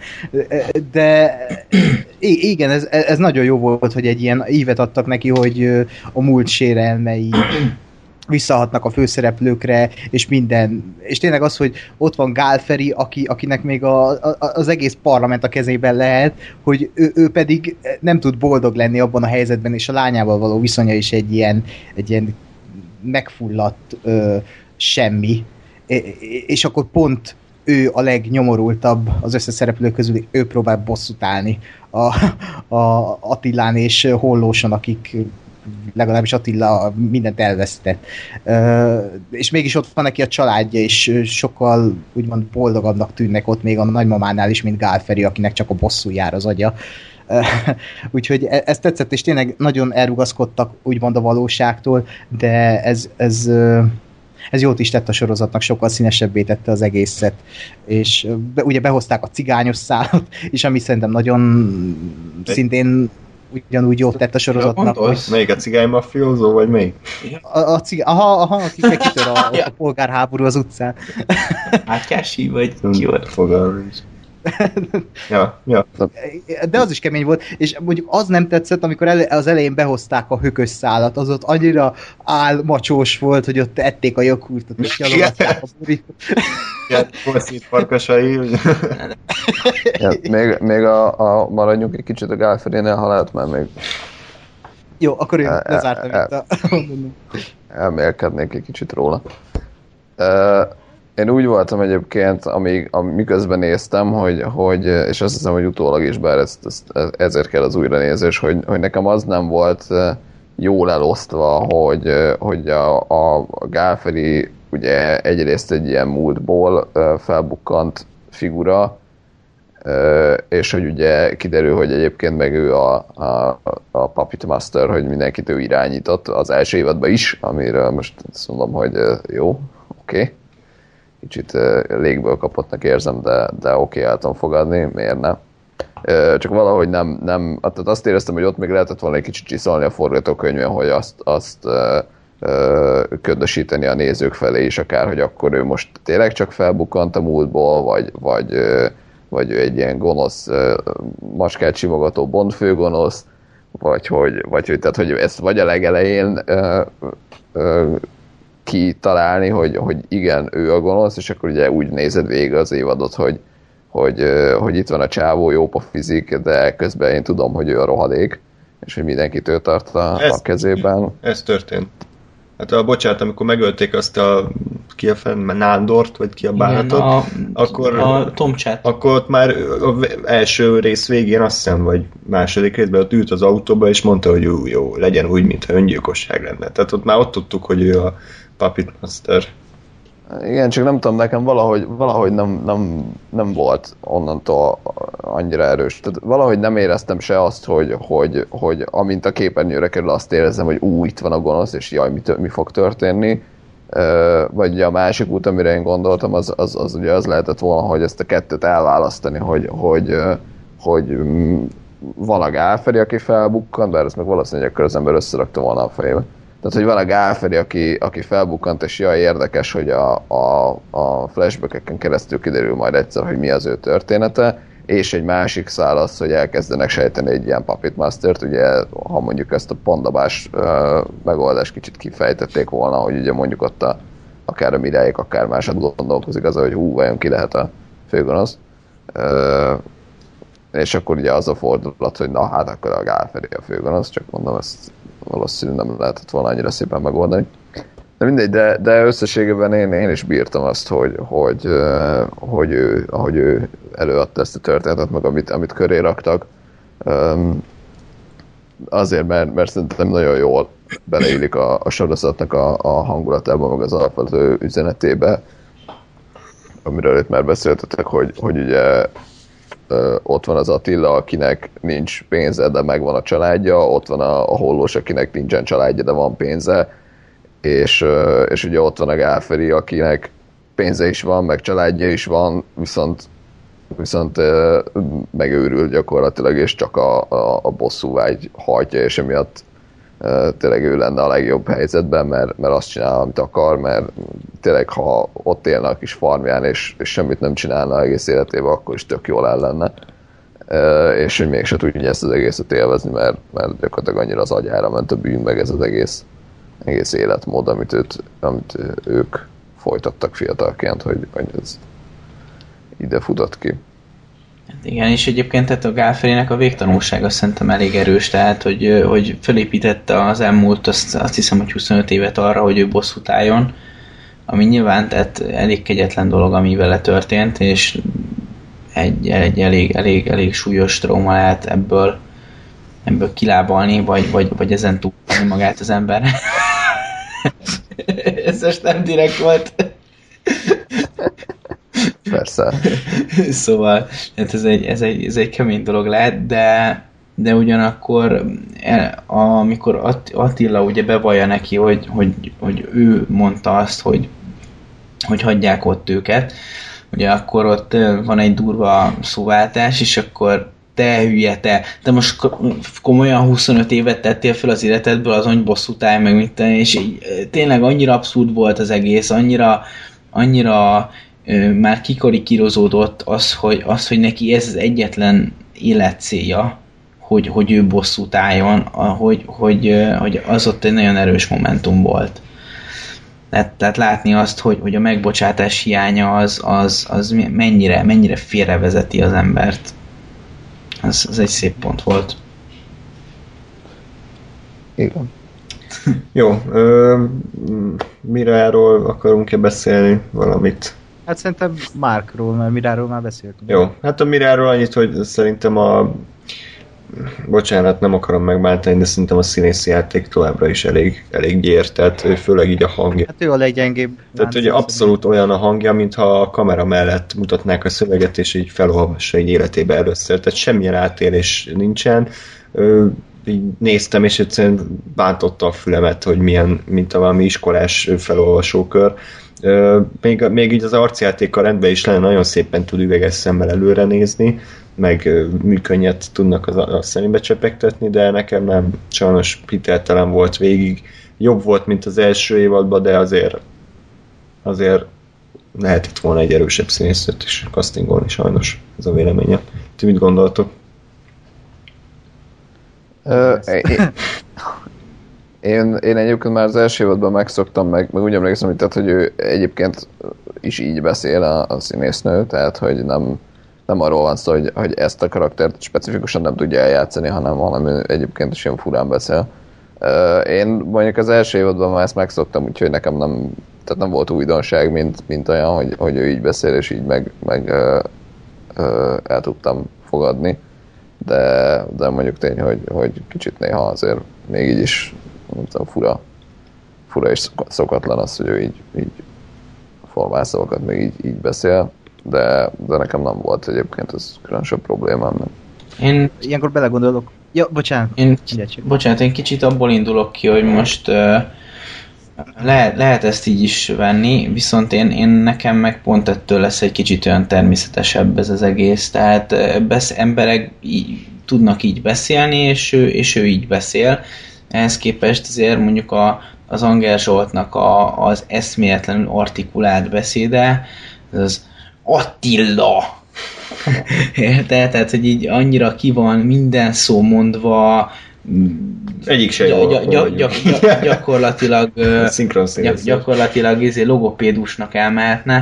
De igen, ez nagyon jó volt, hogy egy ilyen ívet adtak neki, hogy a múlt sérelmei visszahatnak a főszereplőkre, és minden. És tényleg az, hogy ott van Gálferi, akinek még az egész parlament a kezében lehet, hogy ő pedig nem tud boldog lenni abban a helyzetben, és a lányával való viszonya is egy ilyen megfulladt semmi, és akkor pont ő a legnyomorultabb az összes szereplő közül, ő próbál bosszút állni a Attilán és Hollóson, akik legalábbis Attila mindent elvesztett. És mégis ott van neki a családja, és sokkal úgymond boldogabbnak tűnnek ott még a nagymamánál is, mint Gálferi, akinek csak a bosszú jár az agya. Úgyhogy ez tetszett, és tényleg nagyon elrugaszkodtak úgymond a valóságtól, de ez jót is tett a sorozatnak, sokkal színesebbé tette az egészet. És ugye behozták a cigányos szálat, és ami szerintem nagyon szintén ugyanúgy jót tett a sorozatnak. Melyik a cigány mafiózó, vagy melyik? Akiknek kitör a polgárháború az utcán. Átyási, vagy ki volt? Fogalmam is. Ja. De az is kemény volt, és mondjuk az nem tetszett, amikor az elején behozták a hökös szálat, az ott annyira álmacsós volt, hogy ott ették a joghurtot, és nyalogatták a burítót. Ja, foszít farkasai. Ja, még maradjunk egy kicsit a Gálferinél, ha lehet, mert még... Jó, akkor én lezártam itt a... Elmélkednék egy kicsit róla. Én úgy voltam egyébként, miközben néztem, hogy és azt hiszem, hogy utólag is, bár ezért kell az újranézés, hogy nekem az nem volt jól elosztva, hogy a Gálferi ugye egyrészt egy ilyen múltból felbukkant figura, és hogy ugye kiderül, hogy egyébként meg ő a Puppet Master, hogy mindenkit ő irányított az első évadban is, amiről most azt mondom, hogy jó, oké. Kicsit légből kapottnak érzem, de oké, el tudom fogadni, miért nem. Csak valahogy nem tehát azt éreztem, hogy ott még lehetett volna egy kicsit csiszolni a forgatókönyvön, hogy azt ködösíteni a nézők felé is akár, hogy akkor ő most tényleg csak felbukkant a múltból, vagy ő egy ilyen gonosz, macskát simogató Bond főgonosz, vagy tehát, hogy ezt vagy a legelején kitalálni, hogy igen, ő a gonosz, és akkor ugye úgy nézed végig az évadot, hogy itt van a csávó, jó pofizik, de közben én tudom, hogy ő a rohadék, és hogy mindenkit ő tart a kezében. Ez történt. Hát bocsánat, amikor megölték azt ki a Nándort, vagy ki a bánatot, akkor a Tomcsát. Akkor ott már az első rész végén, azt hiszem, vagy második részben ott ült az autóba, és mondta, hogy jó, legyen úgy, mintha öngyilkosság lenne. Tehát ott tudtuk, hogy ő a Puppet Master. Igen, csak nem tudom, nekem valahogy nem volt onnantól annyira erős. Tehát valahogy nem éreztem se azt, hogy amint a képernyőre kerül, azt érezzem, hogy itt van a gonosz, és jaj, mi fog történni. Vagy a másik út, amire én gondoltam, az ugye az lehetett volna, hogy ezt a kettőt elválasztani, hogy van a Gálferi, aki felbukkant, bár ezt meg valószínűleg akkor az ember összerakta volna a fejébe. Tehát, hogy van a Gálferi, aki felbukkant, és jaj, érdekes, hogy a flashback-eken keresztül kiderül majd egyszer, hogy mi az ő története, és egy másik szál az, hogy elkezdenek sejteni egy ilyen Puppet Mastert, ugye, ha mondjuk ezt a pandabás megoldást kicsit kifejtették volna, hogy ugye mondjuk ott akár a Mirályék, akár másod gondolkozik az, hogy vajon ki lehet a főgonosz. És akkor ugye az a fordulat, hogy na hát akkor a Gálferi a főgonosz, csak mondom, ezt valószínűleg nem lehetett volna annyira szépen megoldani. De mindegy, de összességében én is bírtam azt, hogy ő előadta ezt a történetet, meg amit köré raktak. Azért, mert szerintem nagyon jól beleillik a sorozatnak a hangulatába, meg az alapvető üzenetébe, amiről itt már beszéltetek, hogy ugye ott van az Attila, akinek nincs pénze, de megvan a családja, ott van a Hollós, akinek nincsen családja, de van pénze, és ugye ott van a Gálferi, akinek pénze is van, meg családja is van, viszont megőrül gyakorlatilag, és csak a bosszúvágy hajtja, és emiatt tényleg ő lenne a legjobb helyzetben, mert azt csinál, amit akar, mert tényleg, ha ott élne a kis farmján, és semmit nem csinálna egész életében, akkor is tök jól el lenne. És hogy mégse tudja ezt az egészet élvezni, mert gyakorlatilag annyira az agyára ment a bűn, meg ez az egész életmód, amit ők folytattak fiatalként, hogy ez ide futott ki. Hát igen, és egyébként tehát a Gálferinek a végtanulsága szerintem elég erős, tehát hogy felépítette az elmúlt, azt hiszem, hogy 25 évet arra, hogy ő bosszút álljon, ami nyilván tehát elég kegyetlen dolog, ami vele történt, és egy elég súlyos trauma lehet ebből kilábalni, vagy ezen túlni magát az ember. Ez most nem direkt volt. Persze. Szóval hát ez egy kemény dolog lehet, de ugyanakkor amikor Attila ugye bevallja neki, hogy ő mondta azt, hogy hagyják ott őket, ugye akkor ott van egy durva szóváltás, és akkor te hülye, te most komolyan 25 évet tettél fel az életedből azon, hogy bosszút állj meg, mint te, és tényleg annyira abszurd volt az egész, annyira már kikarikírozódott az, hogy neki ez az egyetlen életcélja, hogy ő bosszút álljon, hogy az ott egy nagyon erős momentum volt. Tehát látni azt, hogy a megbocsátás hiánya az mennyire félrevezeti az embert. Az egy szép pont volt. Igen. Jó, Miráról akarunk-e beszélni valamit? Hát szerintem Markról, mert Miráról már beszéltünk. Jó, hát a Miráról annyit, hogy szerintem bocsánat, nem akarom megbántani, de szerintem a színészi játék továbbra is elég gyér, tehát főleg így a hangja. Hát ő a leggyengébb. Tehát ugye abszolút olyan a hangja, mintha a kamera mellett mutatnák a szöveget, és így felolvassa egy életébe először. Tehát semmilyen átélés nincsen. Így néztem, és egyszerűen bántotta a fülemet, hogy milyen, mint a valami iskolás felolvasókör. Még így az arcjátékkal rendben is lenne, nagyon szépen tud üveges szemmel előre nézni, meg műkönnyet tudnak a szemébe csepegtetni, de nekem nem, sajnos hiteltelen volt végig. Jobb volt, mint az első évadban, de azért lehetett volna egy erősebb színészet is castingolni, sajnos ez a véleményem. Ti mit gondoltok? Én egyébként már az első évadban megszoktam, meg úgy emlékszem, hogy ő egyébként is így beszél a színésznő, tehát hogy nem arról van szó, hogy ezt a karaktert specifikusan nem tudja eljátszani, hanem ő egyébként is ilyen furán beszél. Én mondjuk az első évadban már ezt megszoktam, úgyhogy nekem nem volt újdonság, mint olyan, hogy ő így beszél, és így meg el tudtam fogadni. De mondjuk tény, hogy kicsit néha azért még így is fura és szokatlan az, hogy ő így formálszavakat még így beszél, de nekem nem volt egyébként ez különösebb problémám. Én ilyenkor belegondolok. Ja, bocsánat. Én kicsit abból indulok ki, hogy most lehet ezt így is venni, viszont én nekem meg pont ettől lesz egy kicsit olyan természetesebb ez az egész, tehát emberek tudnak így beszélni, és ő így beszél, Ehhez képest azért mondjuk az Anger Zsoltnak az eszméletlenül artikulált beszéde, az Attila! Érted? Tehát, hogy így annyira ki van minden szó mondva, Egyik se jó. Gyakorlatilag logopédusnak elmehetne,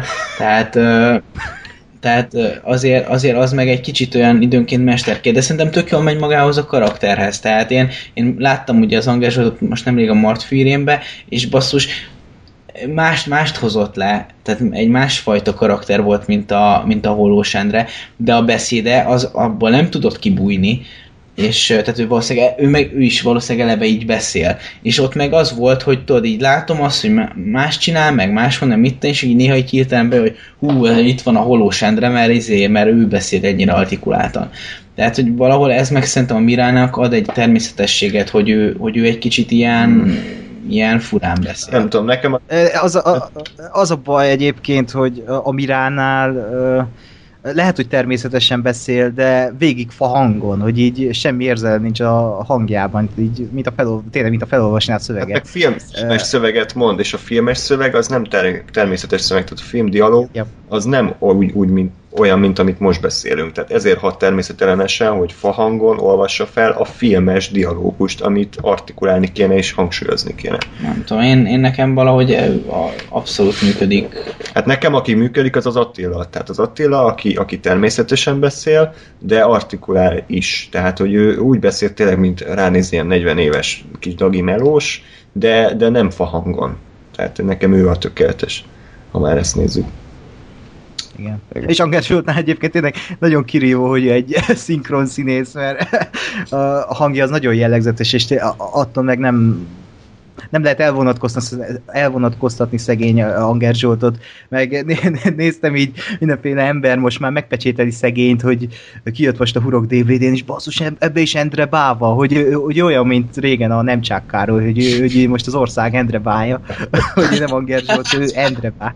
tehát azért az meg egy kicsit olyan időnként mesterkér, de szerintem tök jól megy magához a karakterhez. Tehát én láttam ugye az Anger Zsoltot most nemrég a Mart-fűrénbe, és basszus, mást hozott le, tehát egy másfajta karakter volt, mint a Hollós Endre, de a beszéde abból nem tudott kibújni, és tehát ő is valószínűleg eleve így beszél. És ott meg az volt, hogy tudod, így látom azt, hogy más csinál, meg más van, nem itt, és így néha így hirtelen be, hogy itt van a Hollós Endre, mert ő beszél ennyire artikuláltan. Tehát, hogy valahol ez meg szerintem a Mirának ad egy természetességet, hogy ő egy kicsit ilyen furán beszél. Nem tudom, nekem... Az a baj egyébként, hogy a Miránál lehet, hogy természetesen beszél, de végig fa hangon, hogy így semmi érzelem nincs a hangjában, így, tényleg, mint a felolvasnál szöveget. Hát filmes szöveget mond, és a filmes szöveg az nem természetes szöveg, tehát a filmdialóg az nem olyan, mint amit most beszélünk. Tehát ezért hat természetelenesen, hogy fa hangon olvassa fel a filmes dialógust, amit artikulálni kéne és hangsúlyozni kéne. Nem tudom, én nekem valahogy abszolút működik. Hát nekem, aki működik, az Attila. Tehát az Attila, aki természetesen beszél, de artikulál is. Tehát, hogy ő úgy beszél tényleg, mint ránéz ilyen 40 éves kis dagi melós, de nem fa hangon. Tehát nekem ő a tökéletes, ha már ezt nézzük. Igen. És Anger Zsoltnál egyébként tényleg nagyon kirívó, hogy egy szinkron színész, mert a hangja az nagyon jellegzetes, és attól meg nem lehet elvonatkoztatni szegény Anger Zsoltot, meg néztem így mindenféle ember most már megpecsételi szegényt, hogy kijött most a Hurok DVD-n, és basszus, ebbe is Endre Báva, hogy olyan, mint régen a Nemcsák Károly, hogy most az ország Endre Bája, hogy nem Anger Zsolt, ő Endre Bá.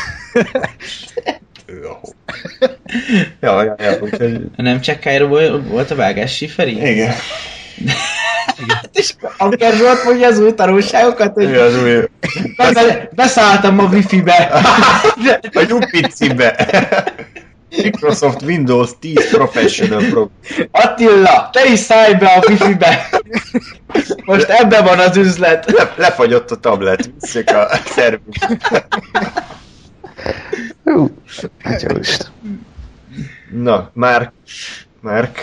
Ja, úgyhogy... Nem csak Cairo volt a vágás Schiferi? Igen. És Anger Zsolt mondja az új tanulságokat, hogy beszálltam a Wi-Fi-be. A Jupici-be. Microsoft Windows 10 Professional Pro. Attila, te is szállj be a Wi-Fi-be. Most ebben van az üzlet. Lefagyott a tablet, visszük a szervus. Na, Mark.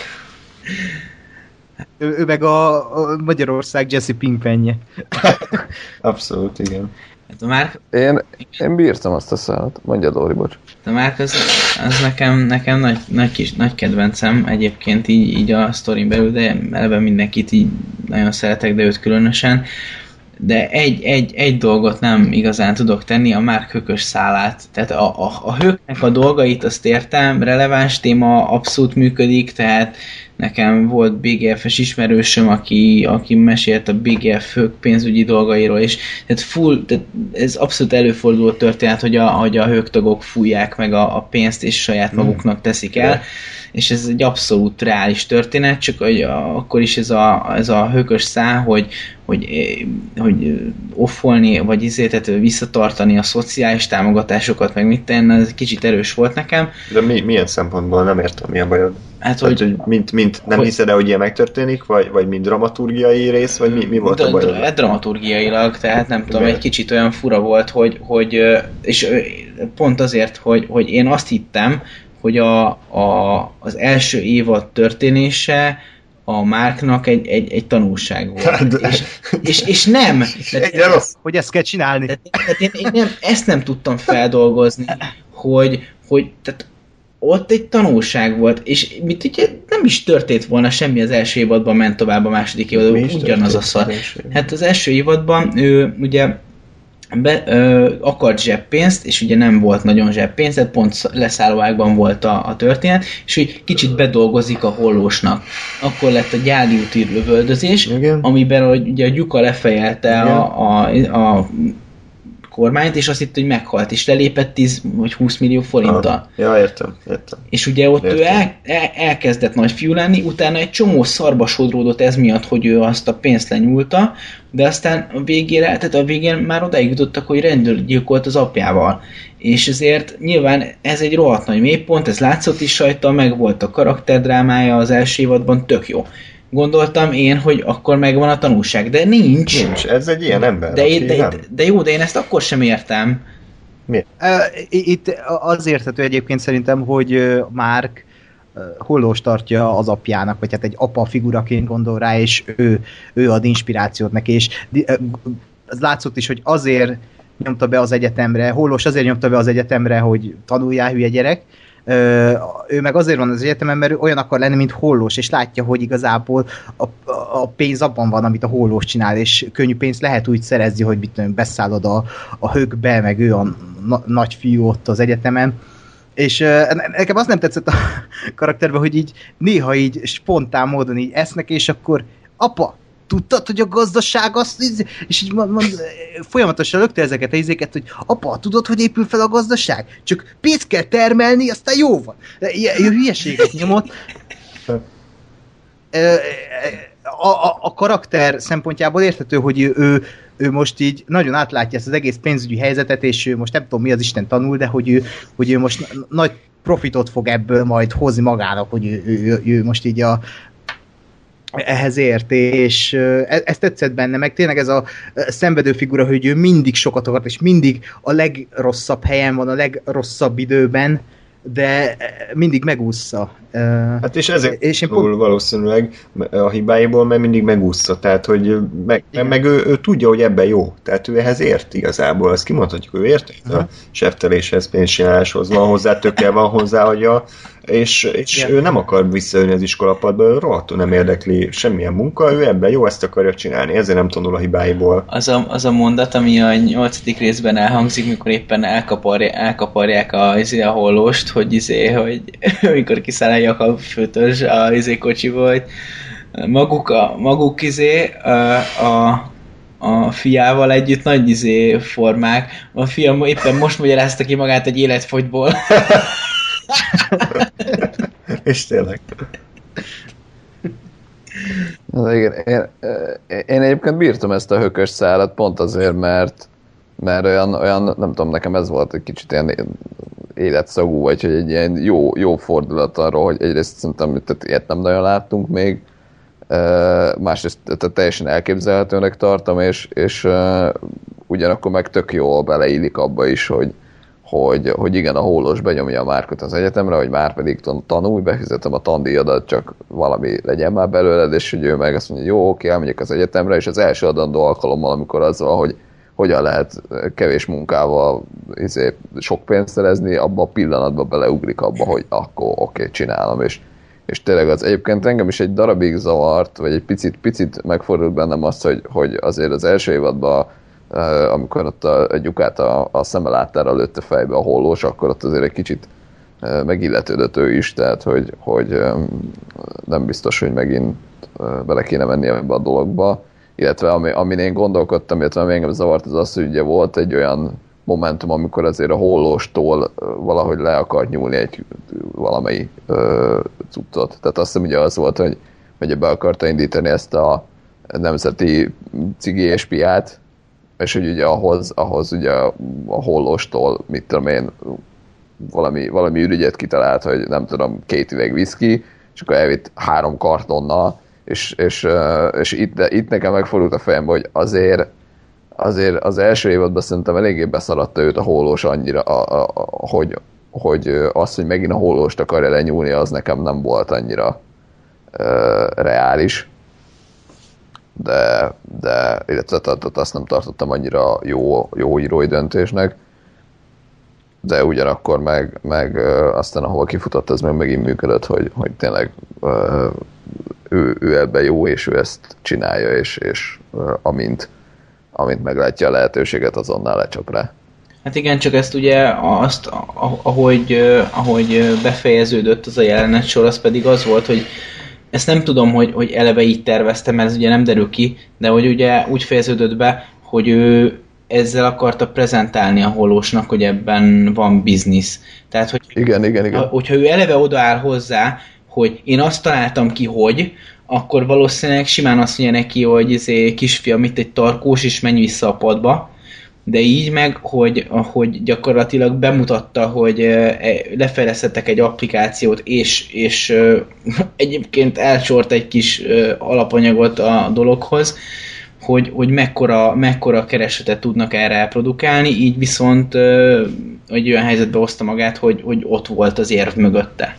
Ő meg a Magyarország Jesse Pinkpenje. Abszolút, igen. Hát a Mark... Én bírtam azt a szállat. Mondja, Dóri, bocs. A Mark az nekem nagy kedvencem egyébként így a sztorin belül, de eleve mindenkit így nagyon szeretek, de őt különösen. De egy dolgot nem igazán tudok tenni, a Mark hökös szálát. Tehát a höknek a dolgait azt értem, releváns téma, abszolút működik, tehát nekem volt BGF-es ismerősöm, aki mesélt a BGF hök pénzügyi dolgairól, és tehát ez abszolút előforduló történet, hogy a höktagok fújják meg a pénzt, és saját maguknak teszik el, és ez egy abszolút reális történet, csak hogy akkor is ez a hökös szál, hogy offolni, vagy tehát visszatartani a szociális támogatásokat, meg mit tenni, ez kicsit erős volt nekem. De milyen szempontból? Nem értem, milyen bajod? Hát, hogy nem hiszed el, hogy ilyen megtörténik, vagy mint dramaturgiai rész, vagy mi volt a bajod? Dramaturgiailag, tehát nem tudom, egy kicsit olyan fura volt, hogy és pont azért, hogy én azt hittem, hogy az első évad történése a Marknak egy tanulság volt. És nem. Hogy ezt kell csinálni. Tehát én ezt nem tudtam feldolgozni, hogy tehát ott egy tanulság volt, és mit ugye nem is történt volna semmi az első évadban, ment tovább a második évadban, ugyanaz a szar. Hát az első évadban ő ugye akart zseppénzt, és ugye nem volt nagyon zseppénz, tehát pont leszállóágban volt a történet, és úgy kicsit bedolgozik a Hollósnak. Akkor lett a Gyáli úti lövöldözés, amiben ugye a Gyuka lefejelte a kormányt, és azt hitt, hogy meghalt, és lelépett 10 vagy 20 millió forinttal. Ja, értem. És ugye ott ő elkezdett nagyfiú lenni, utána egy csomó szarba sodródott ez miatt, hogy ő azt a pénzt lenyúlta, de aztán a végén már odáig jutottak, hogy rendőrgyilkolt az apjával. És ezért nyilván ez egy rohadt nagy mélypont, ez látszott is rajta, meg volt a karakterdrámája az első évadban, tök jó. Gondoltam én, hogy akkor megvan a tanulság, de nincs. Nincs, ez egy ilyen ember. De jó, de én ezt akkor sem értem. Miért? Itt az érthető egyébként szerintem, hogy Mark hollós tartja az apjának, vagy hát egy apa figuraként gondol rá, és ő ad inspirációt neki, és az látszott is, hogy azért nyomta be az egyetemre, hollós azért nyomta be az egyetemre, hogy tanuljál, hülye gyerek, ő meg azért van az egyetemen, mert ő olyan akar lenni, mint hollós, és látja, hogy igazából a pénz abban van, amit a hollós csinál, és könnyű pénzt lehet úgy szerezni, hogy mit tudom, beszállod a högbe, meg ő a nagy fiú ott az egyetemen. És nekem az nem tetszett a karakterben, hogy így néha így spontán módon így esznek, és akkor apa, tudtad, hogy a gazdaság azt, és így folyamatosan lökte ezeket a izéket, hogy apa, tudod, hogy épül fel a gazdaság? Csak pénzt kell termelni, aztán jó van. Ilyen hülyeséget nyomott. A karakter szempontjából érthető, hogy ő most így nagyon átlátja ezt az egész pénzügyi helyzetet, és ő most nem tudom mi az Isten tanul, de hogy ő most nagy profitot fog ebből majd hozni magának, hogy ő most így ehhez ért, és ez tetszett benne, meg tényleg ez a szenvedő figura, hogy ő mindig sokat akart, és mindig a legrosszabb helyen van, a legrosszabb időben, de mindig megúszza. Hát és ezért valószínűleg a hibáiból, mert mindig megúszza, tehát hogy meg ő tudja, hogy ebben jó, tehát ő ehhez ért igazából, azt kimondhatjuk, ő ért a sefteléshez, pénzcsináláshoz, van hozzá, tökkel van hozzá, és ő nem akar visszajönni az iskolapadba, rohadtul nem érdekli semmilyen munka, ő ebben jó, ezt akarja csinálni, ezért nem tanul a hibáiból. Az a mondat, ami a 8. részben elhangzik, mikor éppen elkaparják a hollóst, hogy amikor kiszállják a főtörzs a kocsiból, hogy maguk a fiával együtt nagy formák. A fiam éppen most magyarázta ki magát egy életfogytból. És tényleg. Igen, én egyébként bírtam ezt a hökös szálat pont azért, mert olyan, nem tudom, nekem ez volt egy kicsit ilyen életszagú, vagy hogy egy ilyen jó fordulat arról, hogy egyrészt szerintem ilyet nem nagyon láttunk még, másrészt teljesen elképzelhetőnek tartom, és ugyanakkor meg tök jól beleillik abba is, hogy igen, a hollós benyomja a Markot az egyetemre, hogy már pedig tanulj, befizetem a tandíjadat, csak valami legyen már belőled, és hogy ő meg azt mondja, jó, oké, elmegyek az egyetemre, és az első adandó alkalommal, amikor azzal, hogy hogyan lehet kevés munkával sok pénzt szerezni, abban a pillanatban beleugrik abba, hogy akkor oké, csinálom, és tényleg az egyébként engem is egy darabig zavart, vagy egy picit megfordult bennem azt, hogy azért az első évadban, amikor ott a Gyukát a szemelátára lőtte fejbe a hollós, akkor ott azért egy kicsit megilletődött ő is, tehát hogy nem biztos, hogy megint bele kéne menni ebbe a dologba, illetve amin én gondolkodtam, illetve ami engem zavart, az hogy ugye volt egy olyan momentum, amikor azért a hollóstól valahogy le akart nyúlni egy valamelyik cuccot. Tehát azt hiszem ugye az volt, hogy be akarta indítani ezt a nemzeti cigi és piát, és hogy ugye ahhoz ugye a hollóstól, mit tudom én, valami ürügyet kitalált, hogy nem tudom, 2 üveg whisky, és akkor elvitt 3 kartonnal, és itt nekem megfordult a fejembe, hogy azért az első évadban szerintem eléggé beszaladta őt a hollós annyira, hogy az, hogy megint a hollóst akarja lenyúlni, az nekem nem volt annyira reális. De illetve azt nem tartottam annyira jó írói döntésnek, de ugyanakkor meg aztán ahol kifutott, az meg megint működött, hogy tényleg ő ebben jó, és ő ezt csinálja, és amint meglátja a lehetőséget, azonnal lecsap rá. Hát igen, csak ezt ugye ahogy befejeződött az a jelenetsor, az pedig az volt, hogy ezt nem tudom, hogy eleve így terveztem, mert ez ugye nem derül ki, de hogy ugye úgy fejeződött be, hogy ő ezzel akarta prezentálni a Holósnak, hogy ebben van biznisz. Tehát, hogy Igen. hogyha ő eleve odaáll hozzá, hogy én azt találtam ki, hogy, akkor valószínűleg simán azt mondja neki, hogy kisfiam, itt egy tarkós, és menj vissza a padba. De így meg, hogy gyakorlatilag bemutatta, hogy lefejlesztettek egy applikációt, és egyébként elcsort egy kis alapanyagot a dologhoz, hogy mekkora keresetet tudnak erre produkálni, így viszont egy olyan helyzetbe hozta magát, hogy ott volt az érv mögötte.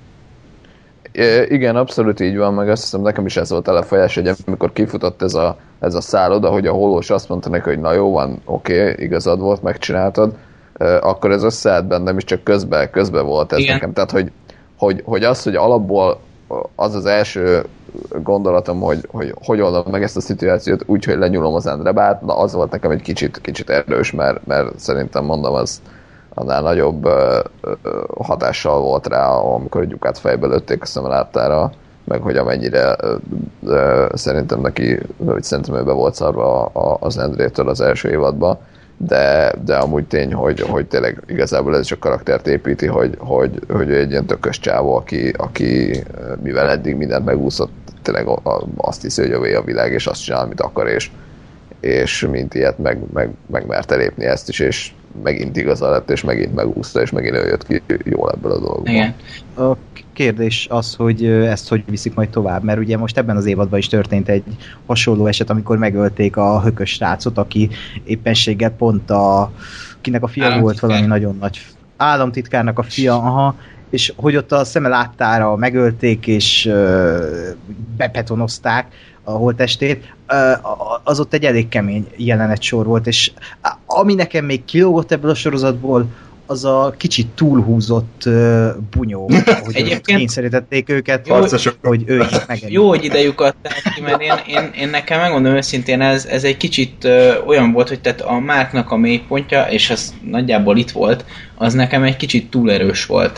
Igen, abszolút így van, meg azt hiszem nekem is ez volt a lefolyás, hogy amikor kifutott ez a szálloda, hogy a Holós azt mondta neki, hogy na jó van, oké, igazad volt, megcsináltad, akkor ez összeállt bennem is, csak közben volt ez igen. Nekem. Tehát, hogy az, hogy alapból az az első gondolatom, hogy oldom meg ezt a szituációt úgy, hogy lenyúlom az Endrebát, na az volt nekem egy kicsit erős, mert szerintem mondom, az annál nagyobb hatással volt rá, amikor a Gyukát fejbe lőtték a szemelátára, meg hogy amennyire szerintem neki, vagy szerintem ő be volt szarva az Endrétől az első évadban, de amúgy tény, hogy tényleg igazából ez is a karaktert építi, hogy ő egy ilyen tökös csávó, aki mivel eddig mindent megúszott, tényleg azt hiszi, hogy övé a világ, és azt csinál, amit akar, és mint ilyet meg merte lépni ezt is, és megint igaza lett, és megint megúszta, és megint ő jött ki jól ebből a dologból. Igen. A kérdés az, hogy ezt hogy viszik majd tovább, mert ugye most ebben az évadban is történt egy hasonló eset, amikor megölték a hökös srácot, aki éppenséggel pont kinek a fia volt valami nagyon nagy államtitkárnak a fia, aha, és hogy ott a szeme láttára megölték, és bepetonozták a holttestét, az ott egy elég kemény jelenetsor volt, és ami nekem még kilógott ebből a sorozatból, az a kicsit túlhúzott bunyó, hogy egyébként kényszerítették őket, hogy ő is meg. Jó, hogy idejük adták ki, mert én nekem megmondom őszintén, ez egy kicsit olyan volt, hogy tehát a Marknak a mélypontja, és az nagyjából itt volt, az nekem egy kicsit túl erős volt.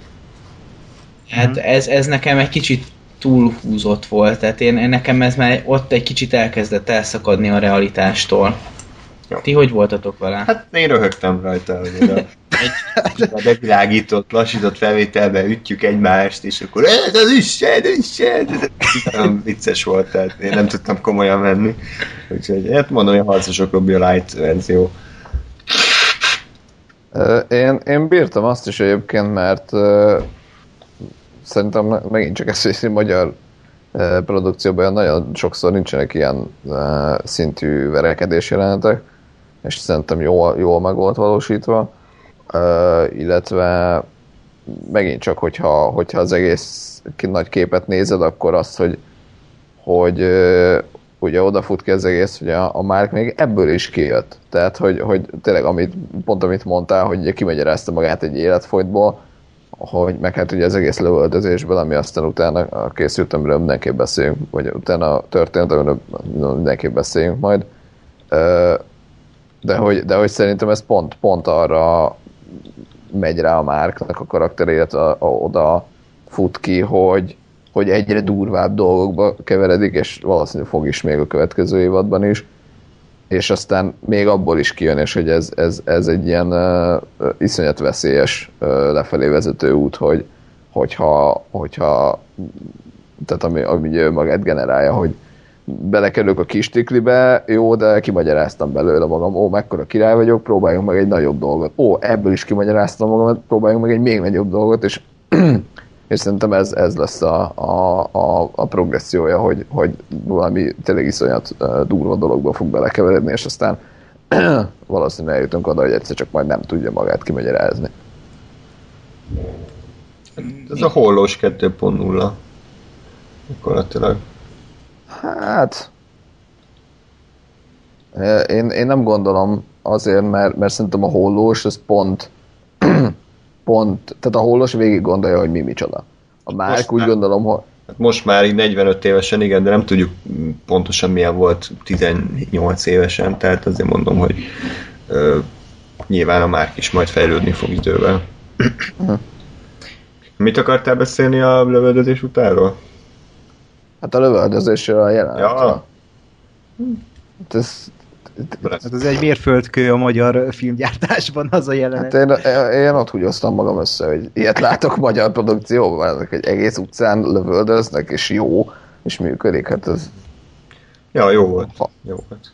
Hát ez nekem egy kicsit túlhúzott volt, tehát nekem ez már ott egy kicsit elkezdett elszakadni a realitástól. Jó. Ti hogy voltatok vele? Hát én röhögtem rajta, hogy a bevilágított, lassított felvételben ütjük egymást, és akkor ez az Isten! Nagyon vicces volt, tehát én nem tudtam komolyan venni. Úgyhogy hát mondom, hogy a Harcosok Lobby a light verzió. Én bírtam azt is egyébként, mert szerintem megint csak ez egy magyar produkcióban nagyon sokszor nincsenek ilyen szintű verekedés jelenetek, és szerintem jól meg volt valósítva, illetve megint csak, hogyha az egész nagy képet nézed, akkor azt, hogy ugye odafut ki az egész, hogy a Mark még ebből is kijött. Tehát, hogy tényleg amit mondtál, hogy kimagyarázta magát egy életfolytból, hogy meg hát ugye az egész lövöldözésből, ami aztán utána készült, amiről mindenképp beszéljünk, vagy utána történt, amiről mindenképp beszéljünk majd. De hogy szerintem ez pont arra megy rá a Marknak a karakter, illetve oda fut ki, hogy egyre durvább dolgokba keveredik, és valószínűleg fog is még a következő évadban is, és aztán még abból is kijön, és hogy ez egy ilyen iszonyat veszélyes lefelé vezető út, hogyha tehát ami ő magát generálja, hogy belekerülök a kis tiklibe, jó, de kimagyaráztam belőle magam, mekkora király vagyok, próbáljunk meg egy nagyobb dolgot. Ebből is kimagyaráztam magam, próbáljunk meg egy még nagyobb dolgot, és szerintem ez lesz a progressziója, hogy valami tényleg iszonyat durva dologba fog belekeveredni, és aztán valószínűleg eljutunk oda, hogy egyszer csak majd nem tudja magát kimagyarázni. Ez a Hollós 2.0 gyakorlatilag. Hát én nem gondolom azért, mert szerintem a Hollós az pont, tehát a Hollós végig gondolja, hogy mi micsoda. A Mark úgy gondolom, hogy... Most már így 45 évesen, igen, de nem tudjuk pontosan milyen volt 18 évesen, tehát azért mondom, hogy nyilván a Mark is majd fejlődni fog idővel. Mit akartál beszélni a lövöldözés utánról? Hát a lövöldözésről a jelenetről. Ja. Hát ez egy mérföldkő a magyar filmgyártásban az a jelenet. Hát én ott húgyoztam magam össze, hogy ilyet látok magyar produkcióban, ezek egy egész utcán lövöldöznek, és jó, és működik, hát ez... Ja, jó volt. Jó volt.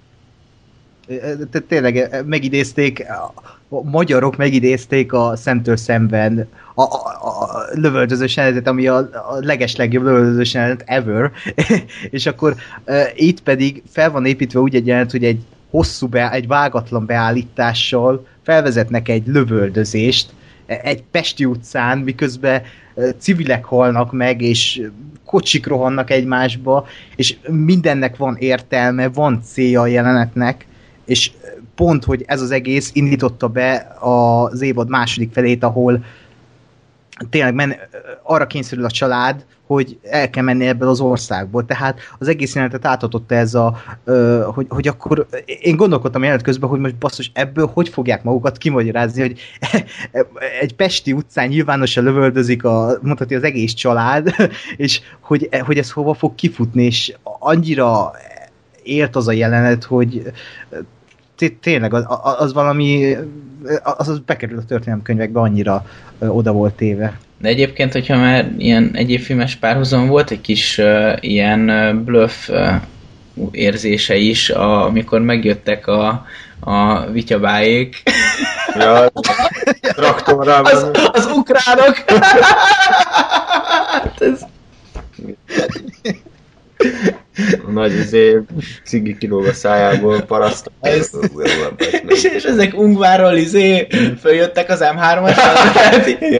Tényleg megidézték, a magyarok megidézték a Szemtől szemben a lövöldözős jelenetet, ami a legeslegjobb lövöldözős jelenet ever, és akkor itt pedig fel van építve úgy egy jelenet, hogy egy hosszú, egy vágatlan beállítással felvezetnek egy lövöldözést egy pesti utcán, miközben civilek halnak meg, és kocsik rohannak egymásba, és mindennek van értelme, van célja a jelenetnek, és pont, hogy ez az egész indította be az évad második felét, ahol tényleg arra kényszerül a család, hogy el kell menni ebből az országból. Tehát az egész jelenetet átadott ez hogy akkor én gondolkodtam jelenet közben, hogy most basszus, ebből hogy fogják magukat kimagyarázni, hogy egy pesti utcán nyilvánosan lövöldözik mondhatni az egész család, és hogy ez hova fog kifutni, és annyira élt az a jelenet, hogy tényleg az valami, az bekerül a történelemkönyvekbe, annyira oda volt téve. De egyébként, hogyha már ilyen egyéb filmes párhuzam volt, egy kis ilyen bluff érzése is, amikor megjöttek a vityabáék. Ja, traktorral. Az ukránok! Ez... A nagy cigi kilóg a szájából, paraszt. És ezek Ungvárról följöttek az M3-as.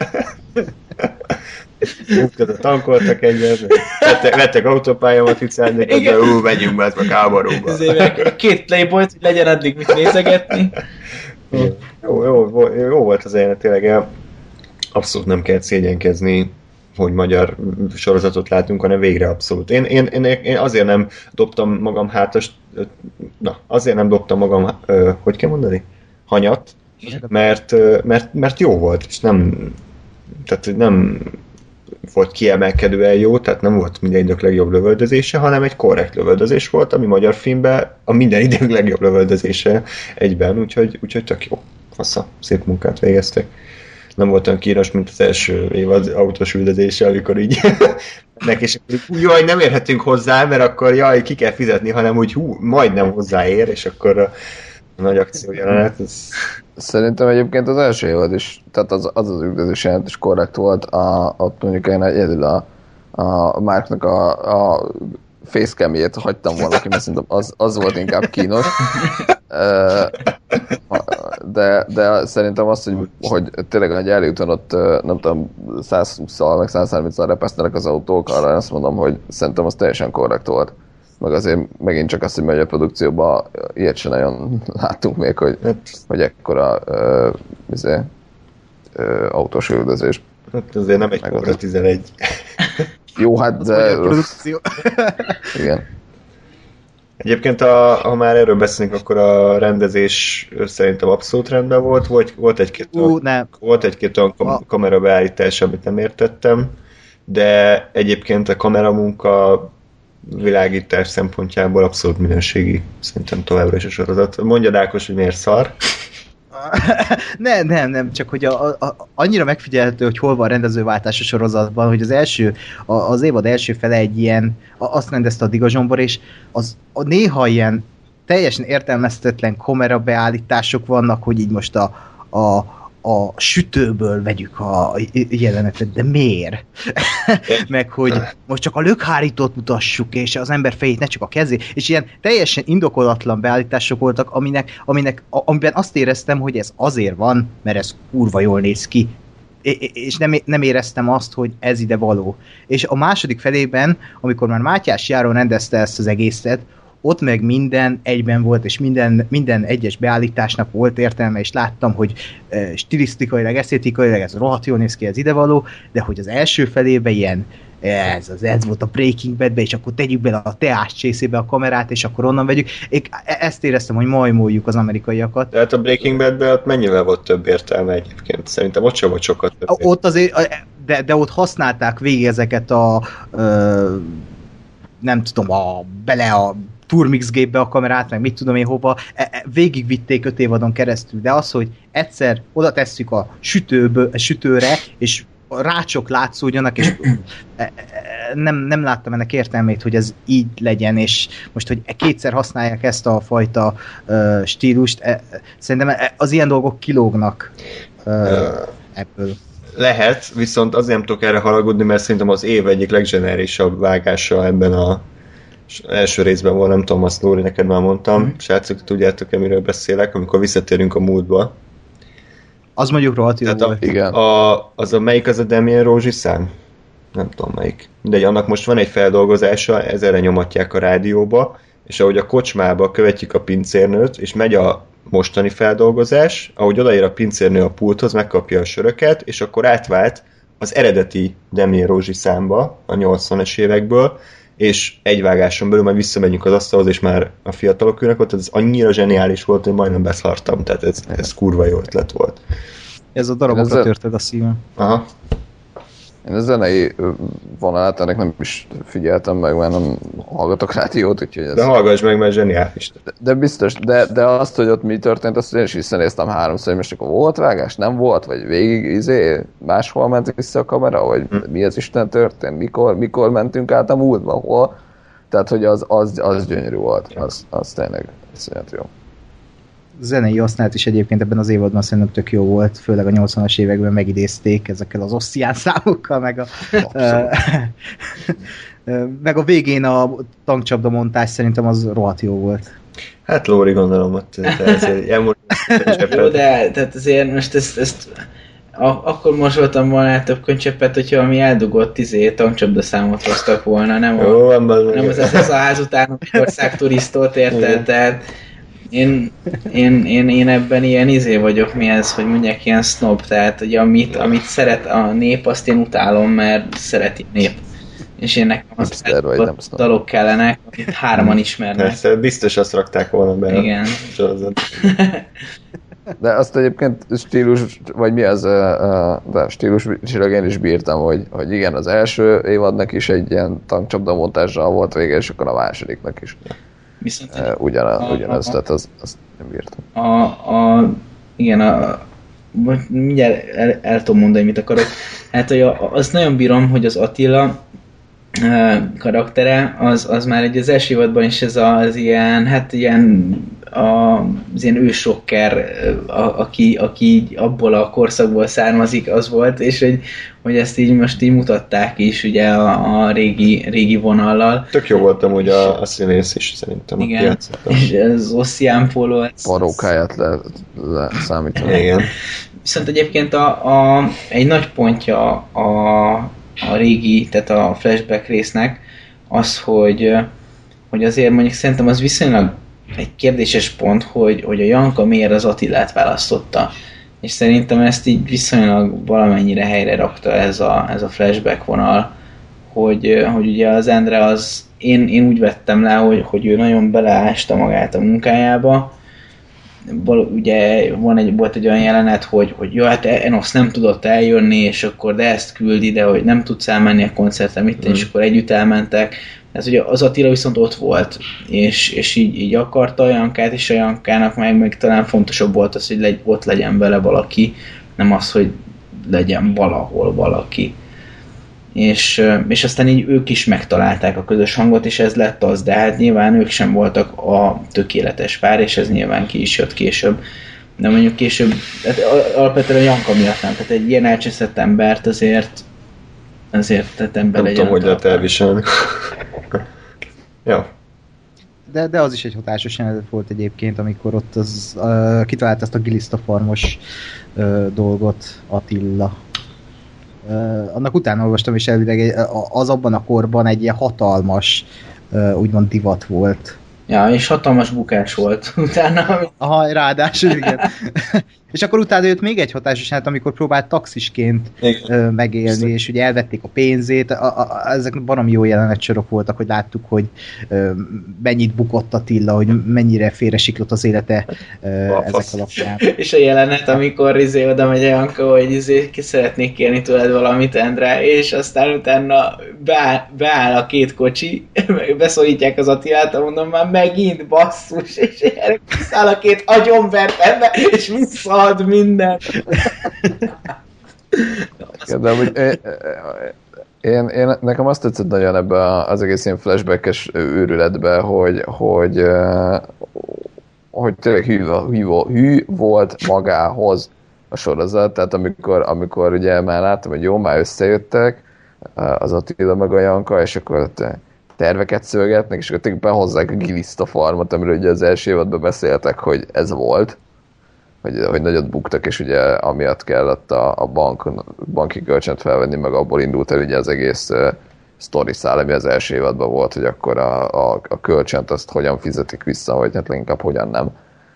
Tankoltak egyet, lettek autópályamatricát, de megyünk be ezt a káborúba. Két playboyt, hogy legyen addig mit nézegetni. Jó volt az élet, tényleg. Abszolút nem kellett szégyenkezni, hogy magyar sorozatot látunk, hanem végre abszolút. Én azért nem dobtam magam azért nem dobtam magam, hogy kell mondani? Hanyat, mert jó volt, és nem volt kiemelkedően jó, tehát nem volt minden idők legjobb lövöldözése, hanem egy korrekt lövöldözés volt, ami magyar filmben a minden idők legjobb lövöldözése egyben, úgyhogy tök jó. Fasza, szép munkát végeztek. Nem volt olyan kínos, mint az első évad autós üldözése, amikor így és jaj, nem érhetünk hozzá, mert akkor jaj, ki kell fizetni, hanem úgy majdnem hozzáér, és akkor a nagy akció jelenet. Szerintem egyébként az első évad is, tehát az üldözés jelenet is korrekt volt, ott mondjuk én egyedül a Marknak a facecamjét hagytam volna ki, mert szerintem az volt inkább kínos. De szerintem az, hogy tényleg a gyári úton ott nem tudom, 120-szal, meg 130-szal repesztenek az autók, arra azt mondom, hogy szerintem az teljesen korrekt volt. Meg azért megint csak azt, hogy magyar produkcióban ilyet sem nagyon láttunk még, hogy ekkora autós üldözés. Hát azért nem egy Cobra 11. Jó, hát de... produkció. Igen. Egyébként, ha már erről beszélünk, akkor a rendezés szerintem abszolút rendben volt. Volt egy-két olyan kamerabeállítás, amit nem értettem, de egyébként a kameramunka világítás szempontjából abszolút minőségi, szerintem továbbra is a sorozat. Mondjad, Ákos, hogy miért szar? Nem, csak hogy annyira megfigyelhető, hogy hol van rendezőváltás a sorozatban, hogy az évad első fele egy ilyen, azt rendezte a Diga Zsombor, és néha ilyen teljesen értelmezhetetlen kamerabeállítások vannak, hogy így most a sütőből vegyük a jelenetet, de miért? Meg hogy most csak a lökhárítót mutassuk, és az ember fejét, ne csak a kezét, és ilyen teljesen indokolatlan beállítások voltak, amiben azt éreztem, hogy ez azért van, mert ez kurva jól néz ki, és nem éreztem azt, hogy ez ide való. És a második felében, amikor már Mátyás Járon rendezte ezt az egészet, ott meg minden egyben volt, és minden egyes beállításnak volt értelme, és láttam, hogy stilisztikailag, esztétikailag ez rohadt jól néz ki, ez idevaló, de hogy az első felében ilyen, ez volt a Breaking Badbe, és akkor tegyük bele a teás csészébe a kamerát, és akkor onnan vegyük. Én ezt éreztem, hogy majmoljuk az amerikaiakat. Tehát a Breaking Badbe ott mennyivel volt több értelme egyébként? Szerintem ott sem volt sokat több. Ott azért, de ott használták végig ezeket nem tudom, bele a Turmix gépbe a kamerát, meg mit tudom én hova, végigvitték 5 évadon keresztül, de az, hogy egyszer oda tesszük a sütőre, és a rácsok látszódjanak, és nem láttam ennek értelmét, hogy ez így legyen, és most, hogy kétszer használják ezt a fajta stílust, szerintem az ilyen dolgok kilógnak ebből. Lehet, viszont azért nem tudok erre haragudni, mert szerintem az év egyik legzsenerésabb vágása ebben a első részben volt, nem tudom, azt Lóri, neked már mondtam. Srácok, tudjátok-e, miről beszélek, amikor visszatérünk a múltba? Az mondjuk rohadt jó volt. Igen. Melyik az a Damien Rózsi szám? Nem tudom melyik. Mindegy, annak most van egy feldolgozása, ezerre nyomatják a rádióba, és ahogy a kocsmába követjük a pincérnőt, és megy a mostani feldolgozás, ahogy odaér a pincérnő a pulthoz, megkapja a söröket, és akkor átvált az eredeti Damien Rózsi számba, a 80-es évekből, és egy vágáson belül majd visszamegyünk az asztalhoz, és már a fiatalok ülnek ott, ez annyira zseniális volt, hogy majdnem beszartam, tehát ez kurva jó ötlet volt. Ez a darabokra törted a szívem. Aha. Én a zenei vonalát ennek nem is figyeltem meg, mert nem hallgatok rádiót, úgyhogy ez... De hallgass meg, mert zseniális. De biztos, de azt, hogy ott mi történt, azt én is visszanéztem 3-szor, hogy most akkor volt vágás, nem volt, vagy végig máshol ment vissza a kamera, vagy mi az Isten történt, mikor mentünk át a múltba, hol? Tehát, hogy az gyönyörű volt, az tényleg iszonyat jó. Zenei használat is egyébként ebben az évadban szerintem tök jó volt, főleg a 80-as években megidézték ezekkel az oszcián számokkal, meg a végén a tankcsapda montás szerintem az rohadt jó volt. Hát Lóri, gondolom, ott jó, de tehát azért most ezt akkor mosoltam volna több könycseppet, hogyha ami eldugott tankcsapda számot hoztak volna, nem az a ház után ország turisztot, érted? Tehát én ebben ilyen vagyok, mi ez, hogy mondják, ilyen snob, tehát hogy amit szeret a nép, azt én utálom, mert szereti a nép. És én nekem az dalok kellenek, amit 3-an ismernek. Persze, biztos azt rakták volna be. Igen. De azt egyébként stílus, vagy mi az, de stílusilag én is bírtam, hogy igen, az első évadnak is egy ilyen tankcsapdamontással volt vége, és akkor a másodiknak is. Viszont ugyanaz, tehát azt nem bírtam. Igen, mindjárt el tudom mondani, mit akarok. Hát, hogy azt nagyon bírom, hogy az Attila karaktere, az már egy az első évadban is ez az ilyen, hát ilyen az ilyen ősrocker, aki abból a korszakból származik, az volt, és hogy ezt így most így mutatták is ugye a régi vonallal. Tök jó voltam ugye a színész is szerintem. Igen, és az Ossian Polo... Parókáját leszámítani. Igen. Viszont egyébként egy nagy pontja a régi, tehát a flashback résznek az, hogy azért mondjuk szerintem az viszonylag egy kérdéses pont, hogy a Janka miért az Attilát választotta. És szerintem ezt így viszonylag valamennyire helyre rakta ez a flashback vonal, hogy ugye az Endre az, én úgy vettem le, hogy ő nagyon beleásta magát a munkájába. Ugye volt egy olyan jelenet, hogy jó, hát Enosz nem tudott eljönni, és akkor de ezt küldi, de hogy nem tudsz elmenni a koncertre, és akkor együtt elmentek. Ez ugye az Attila viszont ott volt, és így akarta a Jankát, és a Jankának meg talán fontosabb volt az, hogy ott legyen vele valaki, nem az, hogy legyen valahol valaki. És aztán így ők is megtalálták a közös hangot, és ez lett az, de hát nyilván ők sem voltak a tökéletes pár, és ez nyilván ki is jött később. De mondjuk később, tehát alapvetően a Janka miatt nem, tehát egy ilyen elcseszett embert azért tettem be legyen. Nem tudom, hogy lehet elviselni. Ja. De az is egy hatásos jelenet volt egyébként, amikor ott kitalált ezt a giliszta farmos dolgot Attila. Annak utána olvastam, és elvileg az abban a korban egy ilyen hatalmas, úgymond divat volt. Ja, és hatalmas bukás volt utána. Aha, ráadásul igen. És akkor utána jött még egy hatásos hát, amikor próbált taxisként megélni, és ugye elvették a pénzét, ezek baromi jó jelenetsorok voltak, hogy láttuk, hogy mennyit bukott Attila, hogy mennyire félresiklott az élete ezek alapján. És a jelenet, amikor oda megy a Janka, hogy ki szeretnék kérni tőled valamit, Endre, és aztán utána beáll a két kocsi, beszólítják az Attilát, mondom már megint basszus, és erre kiszáll a két agyonvert ember, és visszaad minden. De nekem azt tetszett nagyon ebbe az egész ilyen flashback-es őrületbe, hogy tényleg hű volt magához a sorozat, tehát amikor ugye már láttam, hogy jó, már összejöttek az Attila meg a Janka, és akkor terveket szövetnek, és akkor tényleg behozzák a Giliszta farmot, amiről ugye az első évadban beszéltek, hogy ez volt, hogy nagyot buktak, és ugye amiatt kellett a banki kölcsönt felvenni, meg abból indult el ugye az egész sztori szál, ami az első évadban volt, hogy akkor a kölcsönt azt hogyan fizetik vissza, vagy hát leginkább hogyan nem.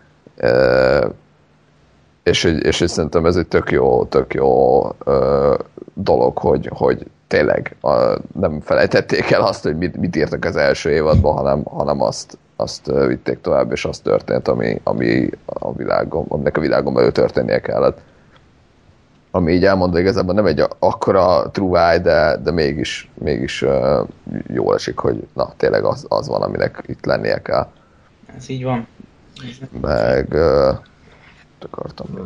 És szerintem ez egy tök jó dolog, hogy tényleg nem felejtették el azt, hogy mit írtak az első évadban, hanem azt vitték tovább, és az történt, ami a világon belül történnie kellett. Ami így elmondva igazából nem egy akkora true de mégis jól esik, hogy na, tényleg az van, aminek itt lennie kell. Ez így van. Meg akartam még.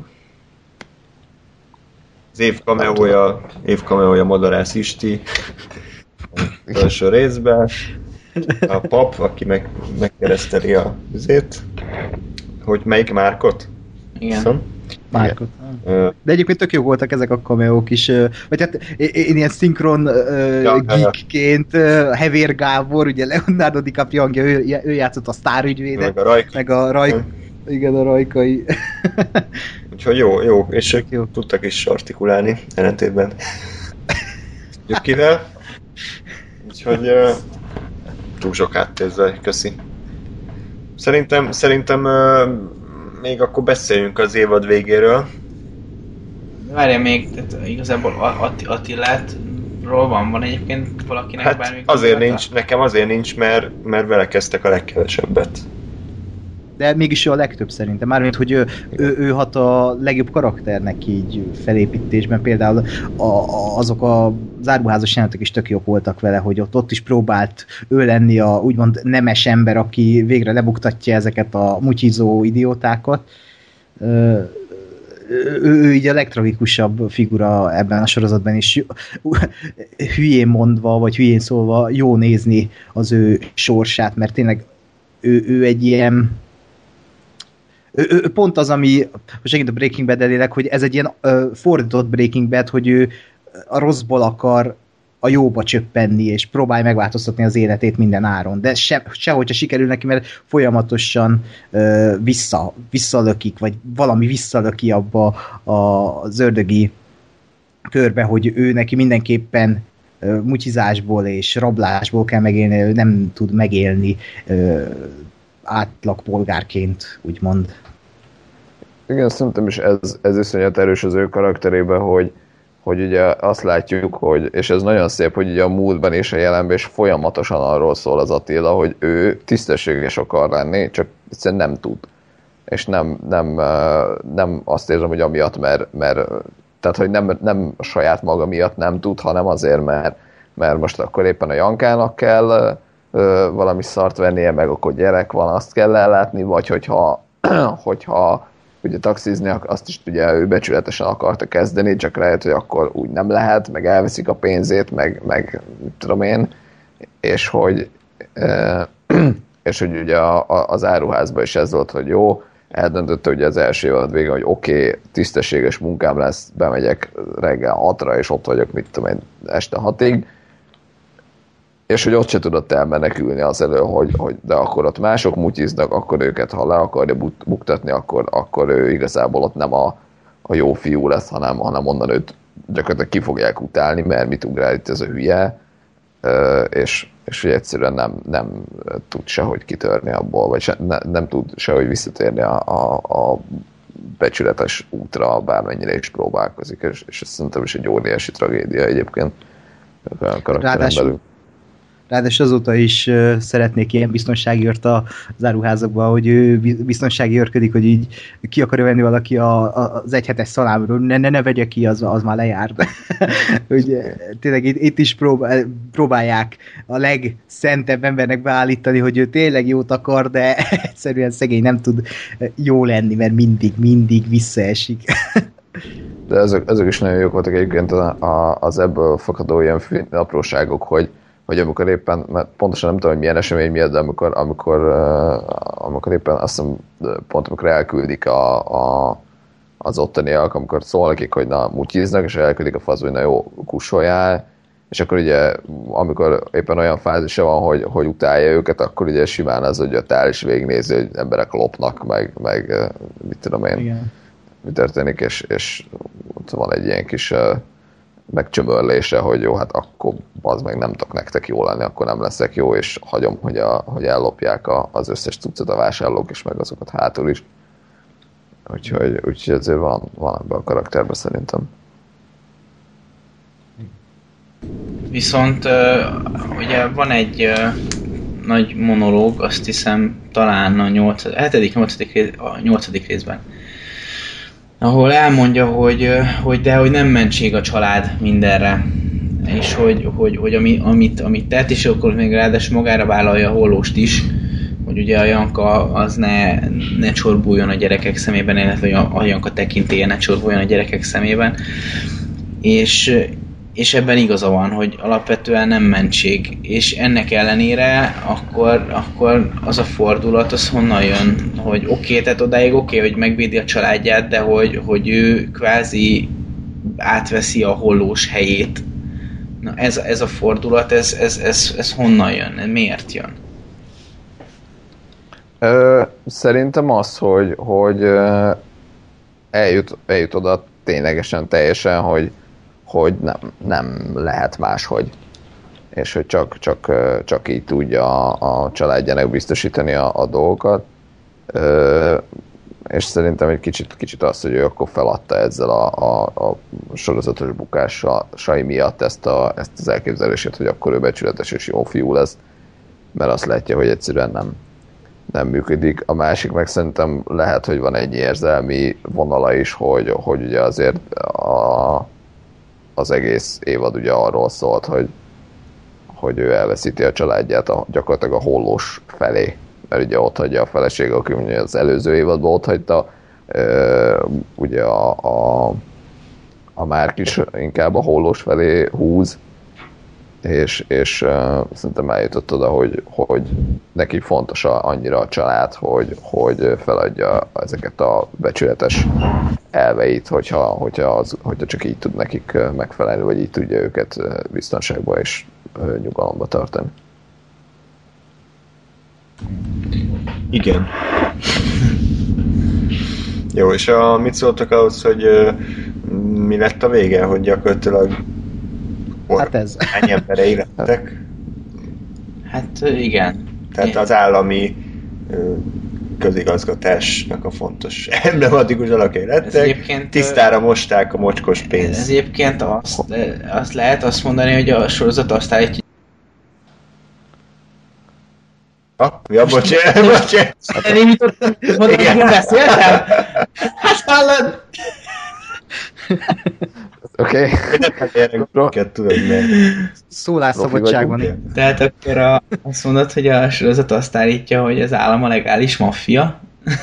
Az év kameója Madarász Isti első részben. A pap, aki megkereszteli a üzét. Hogy melyik Márkot? Igen. Szóval? Márkot. De egyébként tök jó voltak ezek a cameók is. Vagy hát én ilyen szinkron geekként, Hevér Gábor, ugye Leonardo DiCaprio hangja, ő játszott a sztárügyvédet. Meg a Rajkai. Igen, a Rajkai. Úgyhogy jó, és jó. Tudtak is artikulálni ellentétben Gyökivel. Úgyhogy túl sok áttézzel, köszi. Szerintem még akkor beszéljünk az évad végéről. Várjál még, tehát igazából Attilátról van egyébként valakinek hát bármi azért nincs, nekem azért nincs, mert vele kezdtek a legkevesebbet. De mégis ő a legtöbb szerintem. Mármint, hogy ő hat a legjobb karakternek így felépítésben. Például azok a zárbuházas jelenetek is tök jók voltak vele, hogy ott is próbált ő lenni a úgymond nemes ember, aki végre lebuktatja ezeket a mutyizó idiótákat. Ő így a legtragikusabb figura ebben a sorozatban is. Hülyén mondva, vagy hülyén szólva jó nézni az ő sorsát, mert tényleg ő egy ilyen pont az, ami, hogy segít a Breaking Bad elélek, hogy ez egy ilyen fordított Breaking Bad, hogy ő a rosszból akar a jóba csöppenni, és próbálj megváltoztatni az életét minden áron. De sehogy se sikerül neki, mert folyamatosan visszalökik, vagy valami visszalöki abba az ördögi körbe, hogy ő neki mindenképpen mutyizásból és rablásból kell megélni, ő nem tud megélni átlagpolgárként, úgymond. Igen, szerintem is ez iszonyat erős az ő karakterében, hogy ugye azt látjuk, hogy, és ez nagyon szép, hogy ugye a múltban és a jelenben is folyamatosan arról szól az Attila, hogy ő tisztességes akar lenni, csak egyszerűen nem tud. És nem azt érzem, hogy amiatt, mert tehát, hogy nem a saját maga miatt nem tud, hanem azért, mert most akkor éppen a Jankának kell valami szart vennie, meg akkor gyerek van, azt kell ellátni, vagy hogyha ugye taxizni, azt is ugye ő becsületesen akarta kezdeni, csak lehet, hogy akkor úgy nem lehet, meg elveszik a pénzét, meg tudom én, és hogy ugye az áruházban is ez volt, hogy jó, eldöntötte ugye az első évad végén, hogy oké, tisztességes munkám lesz, bemegyek reggel 6-ra, és ott vagyok, mit tudom én, este 6-ig, és hogy ott se tudott elmenekülni az elő, hogy de akkor ott mások mutyiznak, akkor őket, ha le akarja buktatni, akkor ő igazából ott nem a jó fiú lesz, hanem onnan őt gyakorlatilag ki fogják utálni, mert mit ugrál itt ez a hülye, és hogy egyszerűen nem tud sehogy kitörni abból, vagy nem tud sehogy visszatérni a becsületes útra bármennyire is próbálkozik, és ez szerintem is egy óriási tragédia egyébként a karakteren belül. Ráadásul azóta is szeretnék ilyen biztonsági őrt az áruházakban, hogy ő biztonsági őrködik, hogy így ki akarja venni valaki az egyhetes szalámról, ne vegye ki, az már lejár. Hogy tényleg itt is próbálják a legszentebb embernek beállítani, hogy ő tényleg jót akar, de egyszerűen szegény nem tud jó lenni, mert mindig visszaesik. De ezek is nagyon jók voltak egyébként az ebből fakadó ilyen apróságok, hogy amikor éppen, mert pontosan nem tudom, hogy milyen esemény miatt, de amikor éppen azt hiszem, pont amikor elküldik az ottaniak, amikor szól nekik, hogy na, mutyiznak, és elküldik a fazba, hogy na jó, kussoljál, és akkor ugye, amikor éppen olyan fázisa van, hogy utálja őket, akkor ugye simán az, hogy ott áll és végignézi, hogy emberek lopnak, meg mit tudom én, igen, mi történik, és ott van egy ilyen kis megcsömörlése, hogy jó, hát akkor bazd meg, nem tudok nektek jó lenni, akkor nem leszek jó, és hagyom, hogy ellopják az összes cuccot a vásárlók, és meg azokat hátul is. Úgyhogy ezért van ebben a karakterben szerintem. Viszont ugye van egy nagy monológ, azt hiszem talán a 8. részben, ahol elmondja, hogy nem mentség a család mindenre, és hogy amit tett, és akkor még ráadásul magára vállalja a hollóst is, hogy ugye a Janka az ne csorbuljon a gyerekek szemében, illetve a Janka tekintélye ne csorbuljon a gyerekek szemében, és ebben igaza van, hogy alapvetően nem mentség, és ennek ellenére akkor az a fordulat, az honnan jön, hogy oké, tehát odáig oké, hogy megvédi a családját, de hogy ő kvázi átveszi a hollós helyét. Na ez a fordulat, ez honnan jön? Miért jön? Szerintem az, hogy eljut oda ténylegesen teljesen, hogy nem lehet máshogy. És hogy csak így tudja a családjának biztosítani a dolgokat. És szerintem egy kicsit az, hogy ő akkor feladta ezzel a sorozatos bukásai miatt ezt az elképzelését, hogy akkor ő becsületes és jó fiú lesz, mert azt látja, hogy egyszerűen nem működik. A másik meg szerintem lehet, hogy van egy érzelmi vonala is, hogy ugye azért az egész évad ugye arról szólt, hogy ő elveszíti a családját gyakorlatilag a hollós felé, mert ugye ott hagyja a felesége, aki ugye az előző évadban ott hagyta, ugye a Márk is inkább a hollós felé húz, és szerintem eljutott oda, hogy neki fontos annyira a család, hogy feladja ezeket a becsületes elveit, hogyha csak így tud nekik megfelelni, vagy így tudja őket biztonságban és nyugalomba tartani. Igen. Jó, és mit szóltak ahhoz, hogy mi lett a vége, hogy gyakorlatilag hát ez. Hány emberei lettek? Hát igen. Tehát az állami közigazgatásnak a fontos emblematikus alakjai lettek, tisztára mosták a mocskos pénzt. Ez egyébként azt lehet azt mondani, hogy a sorozat azt állítja. Ja, bocsánat. Én nyitottam, mondtam, hogy én beszéltem? Hát hallod? Oké. Szólásszabadság van itt. Tehát akkor azt mondod, hogy a sorozat azt állítja, hogy az állam a legális maffia.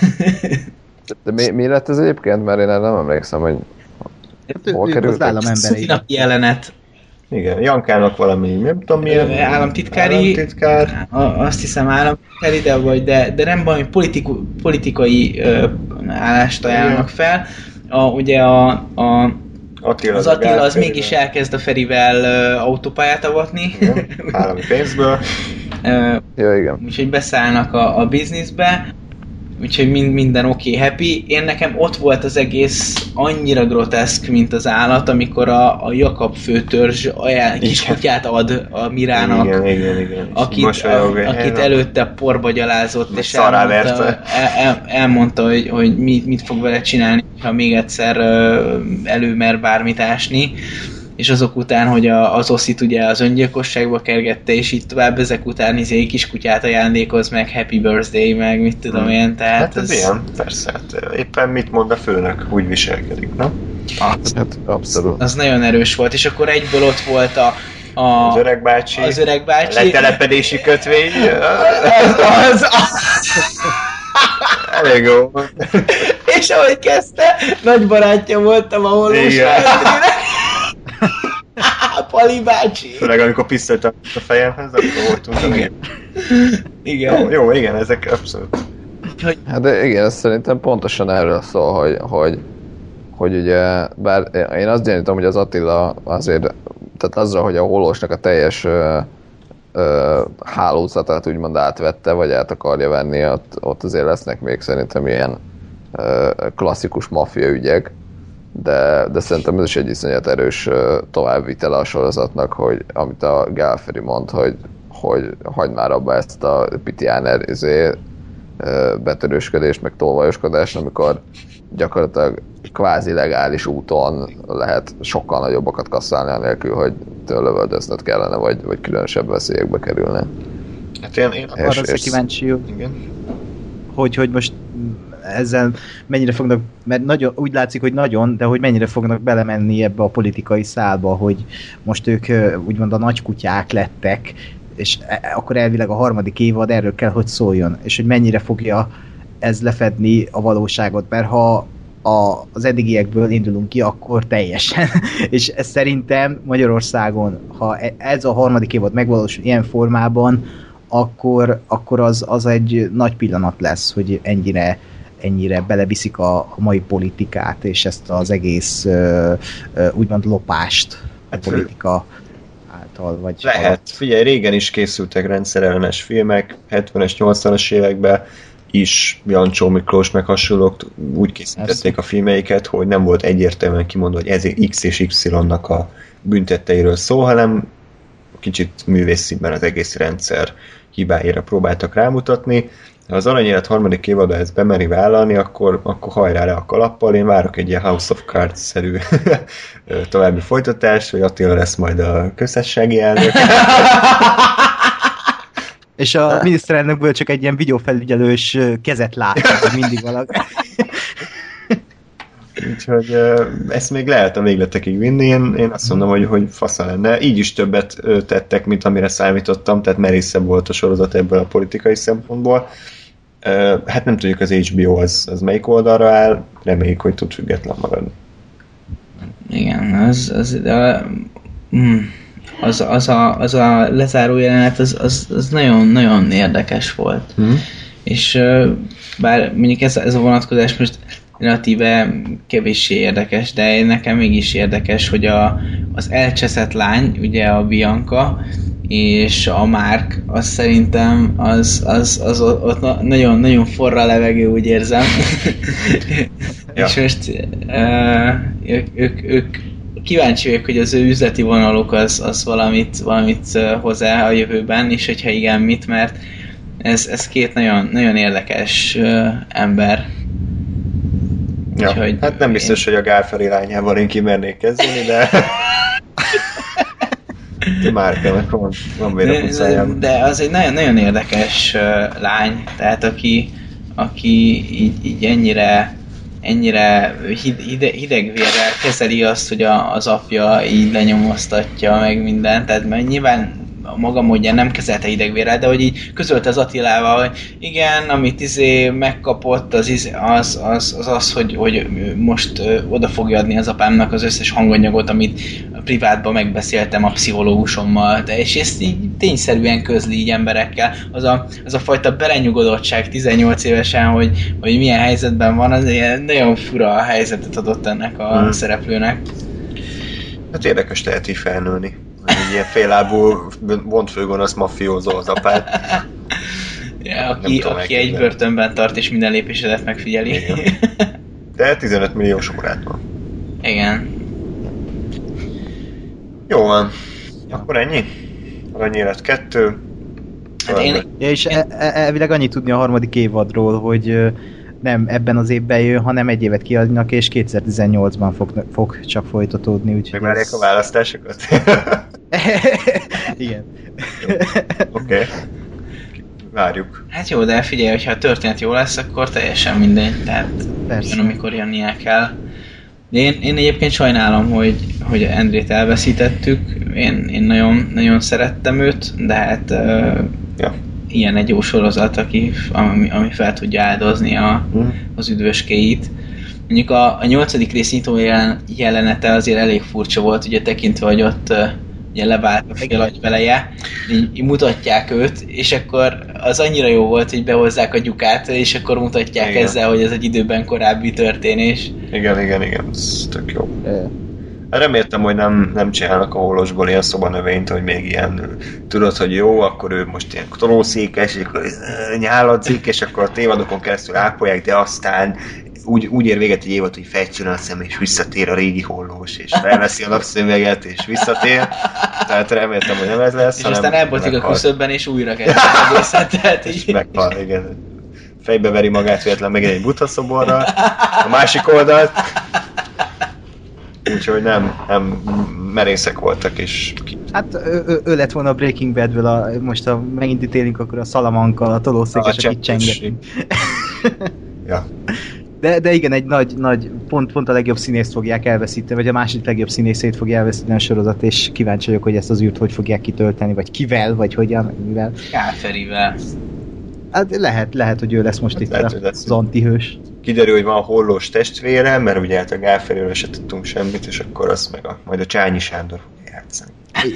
De mi lett ez egyébként? Mert én nem emlékszem, hogy hol került. Az állam emberei. Szintinapi jelenet. Igen, Jankának valami, nem tudom milyen... Államtitkár. Azt hiszem államtitkári, de nem valami politikai állást ajánlnak fel. Ugye az Attila az mégis elkezd a Ferivel autópályát avatni. Igen, állami pénzből. Ja, igen. Úgyhogy beszállnak a bizniszbe. úgyhogy minden oké, happy. Én nekem ott volt az egész annyira groteszk, mint az állat, amikor a Jakab főtörzs kiskutyát ad a Mirának, igen. akit előtte porba gyalázott, és elmondta hogy mit fog vele csinálni, ha még egyszer előmer bármit ásni, és azok után, hogy az Oszit ugye az öngyilkosságba kergette, és így tovább, ezek után kiskutyát ajándékoz, meg happy birthday, meg mit tudom én, tehát hát ez ilyen, persze, hát éppen mit mond a főnök, úgy viselkedik, nem? Hát abszolút. Az nagyon erős volt, és akkor egyből ott volt az öreg bácsi, a letelepedési kötvény. Elég jó. És ahogy kezdte, nagy barátja voltam a Hollós Feldrének. Pali bácsi. Főleg amikor pisztolyt a fejemhez, akkor voltunk. Igen. Jó, igen, ezek abszolút. Hát de igen, ez szerintem pontosan erről szól, hogy ugye, bár én azt gyanítom, hogy az Attila azért, tehát azzal, hogy a Hollósnak a teljes hálózatát úgymond átvette, vagy át akarja venni, ott azért lesznek még szerintem ilyen klasszikus maffia ügyek, de szerintem ez is egy iszonyat erős továbbvitele a sorozatnak, hogy amit a Gálferi mond, hogy hagyd már abba ezt a Pitiáner betörősködést, meg tolvajoskodást, amikor gyakorlatilag kvázi legális úton lehet sokkal nagyobbakat kasszálni, anélkül, hogy lövöldöznöd kellene, vagy különösebb veszélyekbe kerülne. Hát én arra vagyok kíváncsi, hogy most ezzel mennyire fognak, mert nagyon, úgy látszik, hogy nagyon, de hogy mennyire fognak belemenni ebbe a politikai szálba, hogy most ők úgymond a nagykutyák lettek, és akkor elvileg a harmadik évad erről kell, hogy szóljon, és hogy mennyire fogja ez lefedni a valóságot, mert ha az eddigiekből indulunk ki, akkor teljesen. És ez szerintem Magyarországon, ha ez a harmadik évad megvalósul ilyen formában, akkor az egy nagy pillanat lesz, hogy ennyire beleviszik a mai politikát, és ezt az egész úgymond lopást a politika által. Vagy lehet. Figyelj, régen is készültek rendszerellenes filmek, 70-es, 80-as években is Jancsó Miklós meg hasonlók úgy készítették a filmeiket, hogy nem volt egyértelműen kimondva, hogy ez X és Y-nak a büntetteiről szól, hanem kicsit művészszínben az egész rendszer hibáira próbáltak rámutatni. Ha az Aranyélet harmadik évada ezt bemeri vállalni, akkor hajrá le a kalappal. Én várok egy ilyen House of Cards-szerű további folytatást, hogy Attila lesz majd a köztársasági elnök. És a miniszterelnökből csak egy ilyen videófelügyelős kezet látnak, mindig valaki. Úgyhogy ezt még lehet a végletekig vinni, én azt mondom, hogy fasza lenne. Így is többet tettek, mint amire számítottam, tehát merészebb volt a sorozat ebből a politikai szempontból. Hát nem tudjuk, az HBO az melyik oldalra áll, reméljük, hogy tud független maradni. Igen, az a lezáró jelenet, az nagyon érdekes volt. És bár mondjuk ez a vonatkozás most relatíve kevéssé érdekes, de nekem mégis érdekes, hogy az elcseszett lány, ugye a Bianca, és a Mark, az szerintem az ott nagyon forra levegő, úgy érzem. Ja. És most ők kíváncsi vagyok, hogy az ő üzleti vonaluk az valamit hoz el a jövőben, és hogyha igen, mit, mert ez két nagyon érdekes ember. Ja, úgyhogy hát nem biztos, hogy a Gálferi lányával én kimernék kezdeni, de Márkának van vér a pucájában. De az egy nagyon érdekes lány, tehát aki így ennyire hidegvérrel kezeli azt, hogy az apja így lenyomoztatja meg mindent, tehát mert nyilván a maga módján nem kezelte hidegvérrel, de hogy így közölte az Attilával, hogy igen, amit megkapott, az, hogy most oda fogja adni az apámnak az összes hanganyagot, amit privátban megbeszéltem a pszichológusommal, és ezt így tényszerűen közli így emberekkel. Az a fajta belenyugodottság 18 évesen, hogy milyen helyzetben van, az ilyen nagyon fura helyzetet adott ennek a szereplőnek. Hát érdekes lehet így felnőni. Egy ilyen féllábú, vontfőgonosz maffiózó az apát. Ja, aki egy börtönben tart és minden lépésedet megfigyeli. Igen. De 15 milliós órát van. Igen. Jó van. Akkor ennyi? Aranyélet 2. Hát én... Ja, és elvileg annyit tudni a harmadik évadról, hogy nem ebben az évben jön, hanem egy évet kiadnak, és 2018-ban fog csak folytatódni. Megvárják a választásokat? Igen. Oké. Várjuk. Hát jó, de figyelj, hogyha a történet jó lesz, akkor teljesen mindegy. Tehát jön, amikor jönnie kell. De én egyébként sajnálom, hogy Andrét elveszítettük. Én nagyon, nagyon szerettem őt, de hát Ja. ilyen egy jó sorozat, ami fel tudja áldozni az üdvöskéit. Mondjuk a 8. rész nyitó jelenete azért elég furcsa volt, ugye tekintve, hogy ott ugye levált a fél agyveleje, így mutatják őt, és akkor az annyira jó volt, hogy behozzák a Gyukát, és akkor mutatják igen. ezzel, hogy ez egy időben korábbi történés. Igen, ez tök jó. Reméltem, hogy nem csinálnak a holosból ilyen szobanövényt, hogy még ilyen, tudod, hogy jó, akkor ő most ilyen tolószékes, és akkor nyáladzik, és akkor a tévadokon keresztül ápolják, de aztán úgy ér véget egy évad, hogy fejtsön a szem, és visszatér a régi hollós, és felveszi a napszöveget, és visszatér. Tehát reméltem, hogy nem ez lesz. És aztán elbotik a küszöbben, és újra kezd az egészet. Tehát és meghal, igen. Fejbe veri magát véletlen megint egy Buddha szoborral, a másik oldalt. Úgyhogy nem merészek voltak, és... Hát ő lett volna a Breaking Badből, most megint ítélünk, akkor a Salamanca, a tolószékes, akit csengetünk. Ja. De igen, egy nagy pont a legjobb színészt fogják elveszíteni, vagy a második legjobb színészét fogja elveszíteni a sorozat, és kíváncsi vagyok, hogy ezt az űrt hogy fogják kitölteni, vagy kivel, vagy hogyan, mivel. Kálferivel. Hát lehet, hogy ő lesz most itt az antihős. Kiderül, hogy van hollós testvére, mert ugye hát a Gálferiről se tudtunk semmit, és akkor azt meg majd a Csányi Sándor fogja játszani.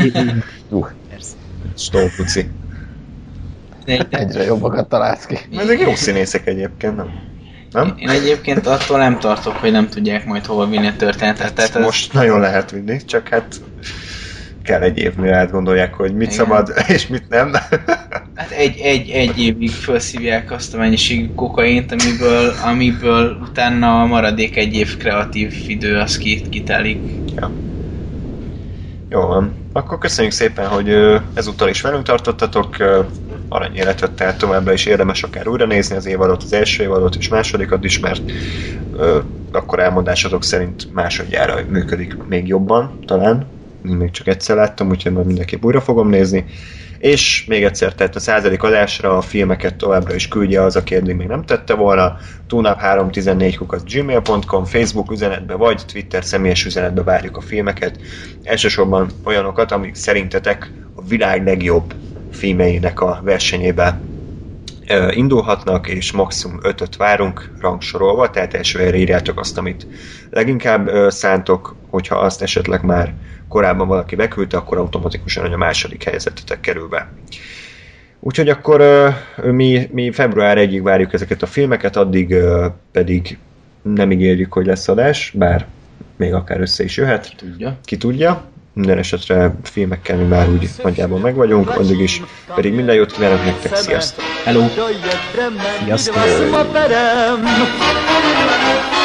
Stolpuci. Egyre jobbakat találsz ki. Ezek jó színészek egyébként, nem? Én egyébként attól nem tartok, hogy nem tudják majd hova vinni a történetet. Tehát most nagyon lehet vinni, csak hát kell egy év, mire átgondolják, hogy mit szabad, és mit nem. Hát egy évig felszívják azt a mennyiségű kokaint, amiből utána a maradék egy év kreatív idő az kitelik. Ja. Jó van. Akkor köszönjük szépen, hogy ezúttal is velünk tartottatok. Aranyéletet, tehát továbbra is érdemes akár újra nézni az évadot, az első évadot és másodikat is, mert akkor elmondásatok szerint másodjára működik még jobban, talán. Én még csak egyszer láttam, úgyhogy majd mindenképp újra fogom nézni. És még egyszer, tehát a 100. adásra a filmeket továbbra is küldje az, aki eddig még nem tette volna. tunap314@gmail.com, Facebook üzenetbe vagy Twitter személyes üzenetbe várjuk a filmeket. Elsősorban olyanokat, amik szerintetek a világ legjobb filmjeinek a versenyébe indulhatnak, és maximum 5-öt várunk rangsorolva, tehát első helyre írjátok azt, amit leginkább szántok, hogyha azt esetleg már korábban valaki beküldte, akkor automatikusan a második helyzetetek kerül be. Úgyhogy akkor mi február 1-ig várjuk ezeket a filmeket, addig pedig nem ígérjük, hogy lesz adás, bár még akár össze is jöhet. Ki tudja. Minden esetre filmekkel mi már úgy nagyjából meg vagyunk, addig is pedig minden jót kívánok nektek, sziasztok! Hello! Sziasztok!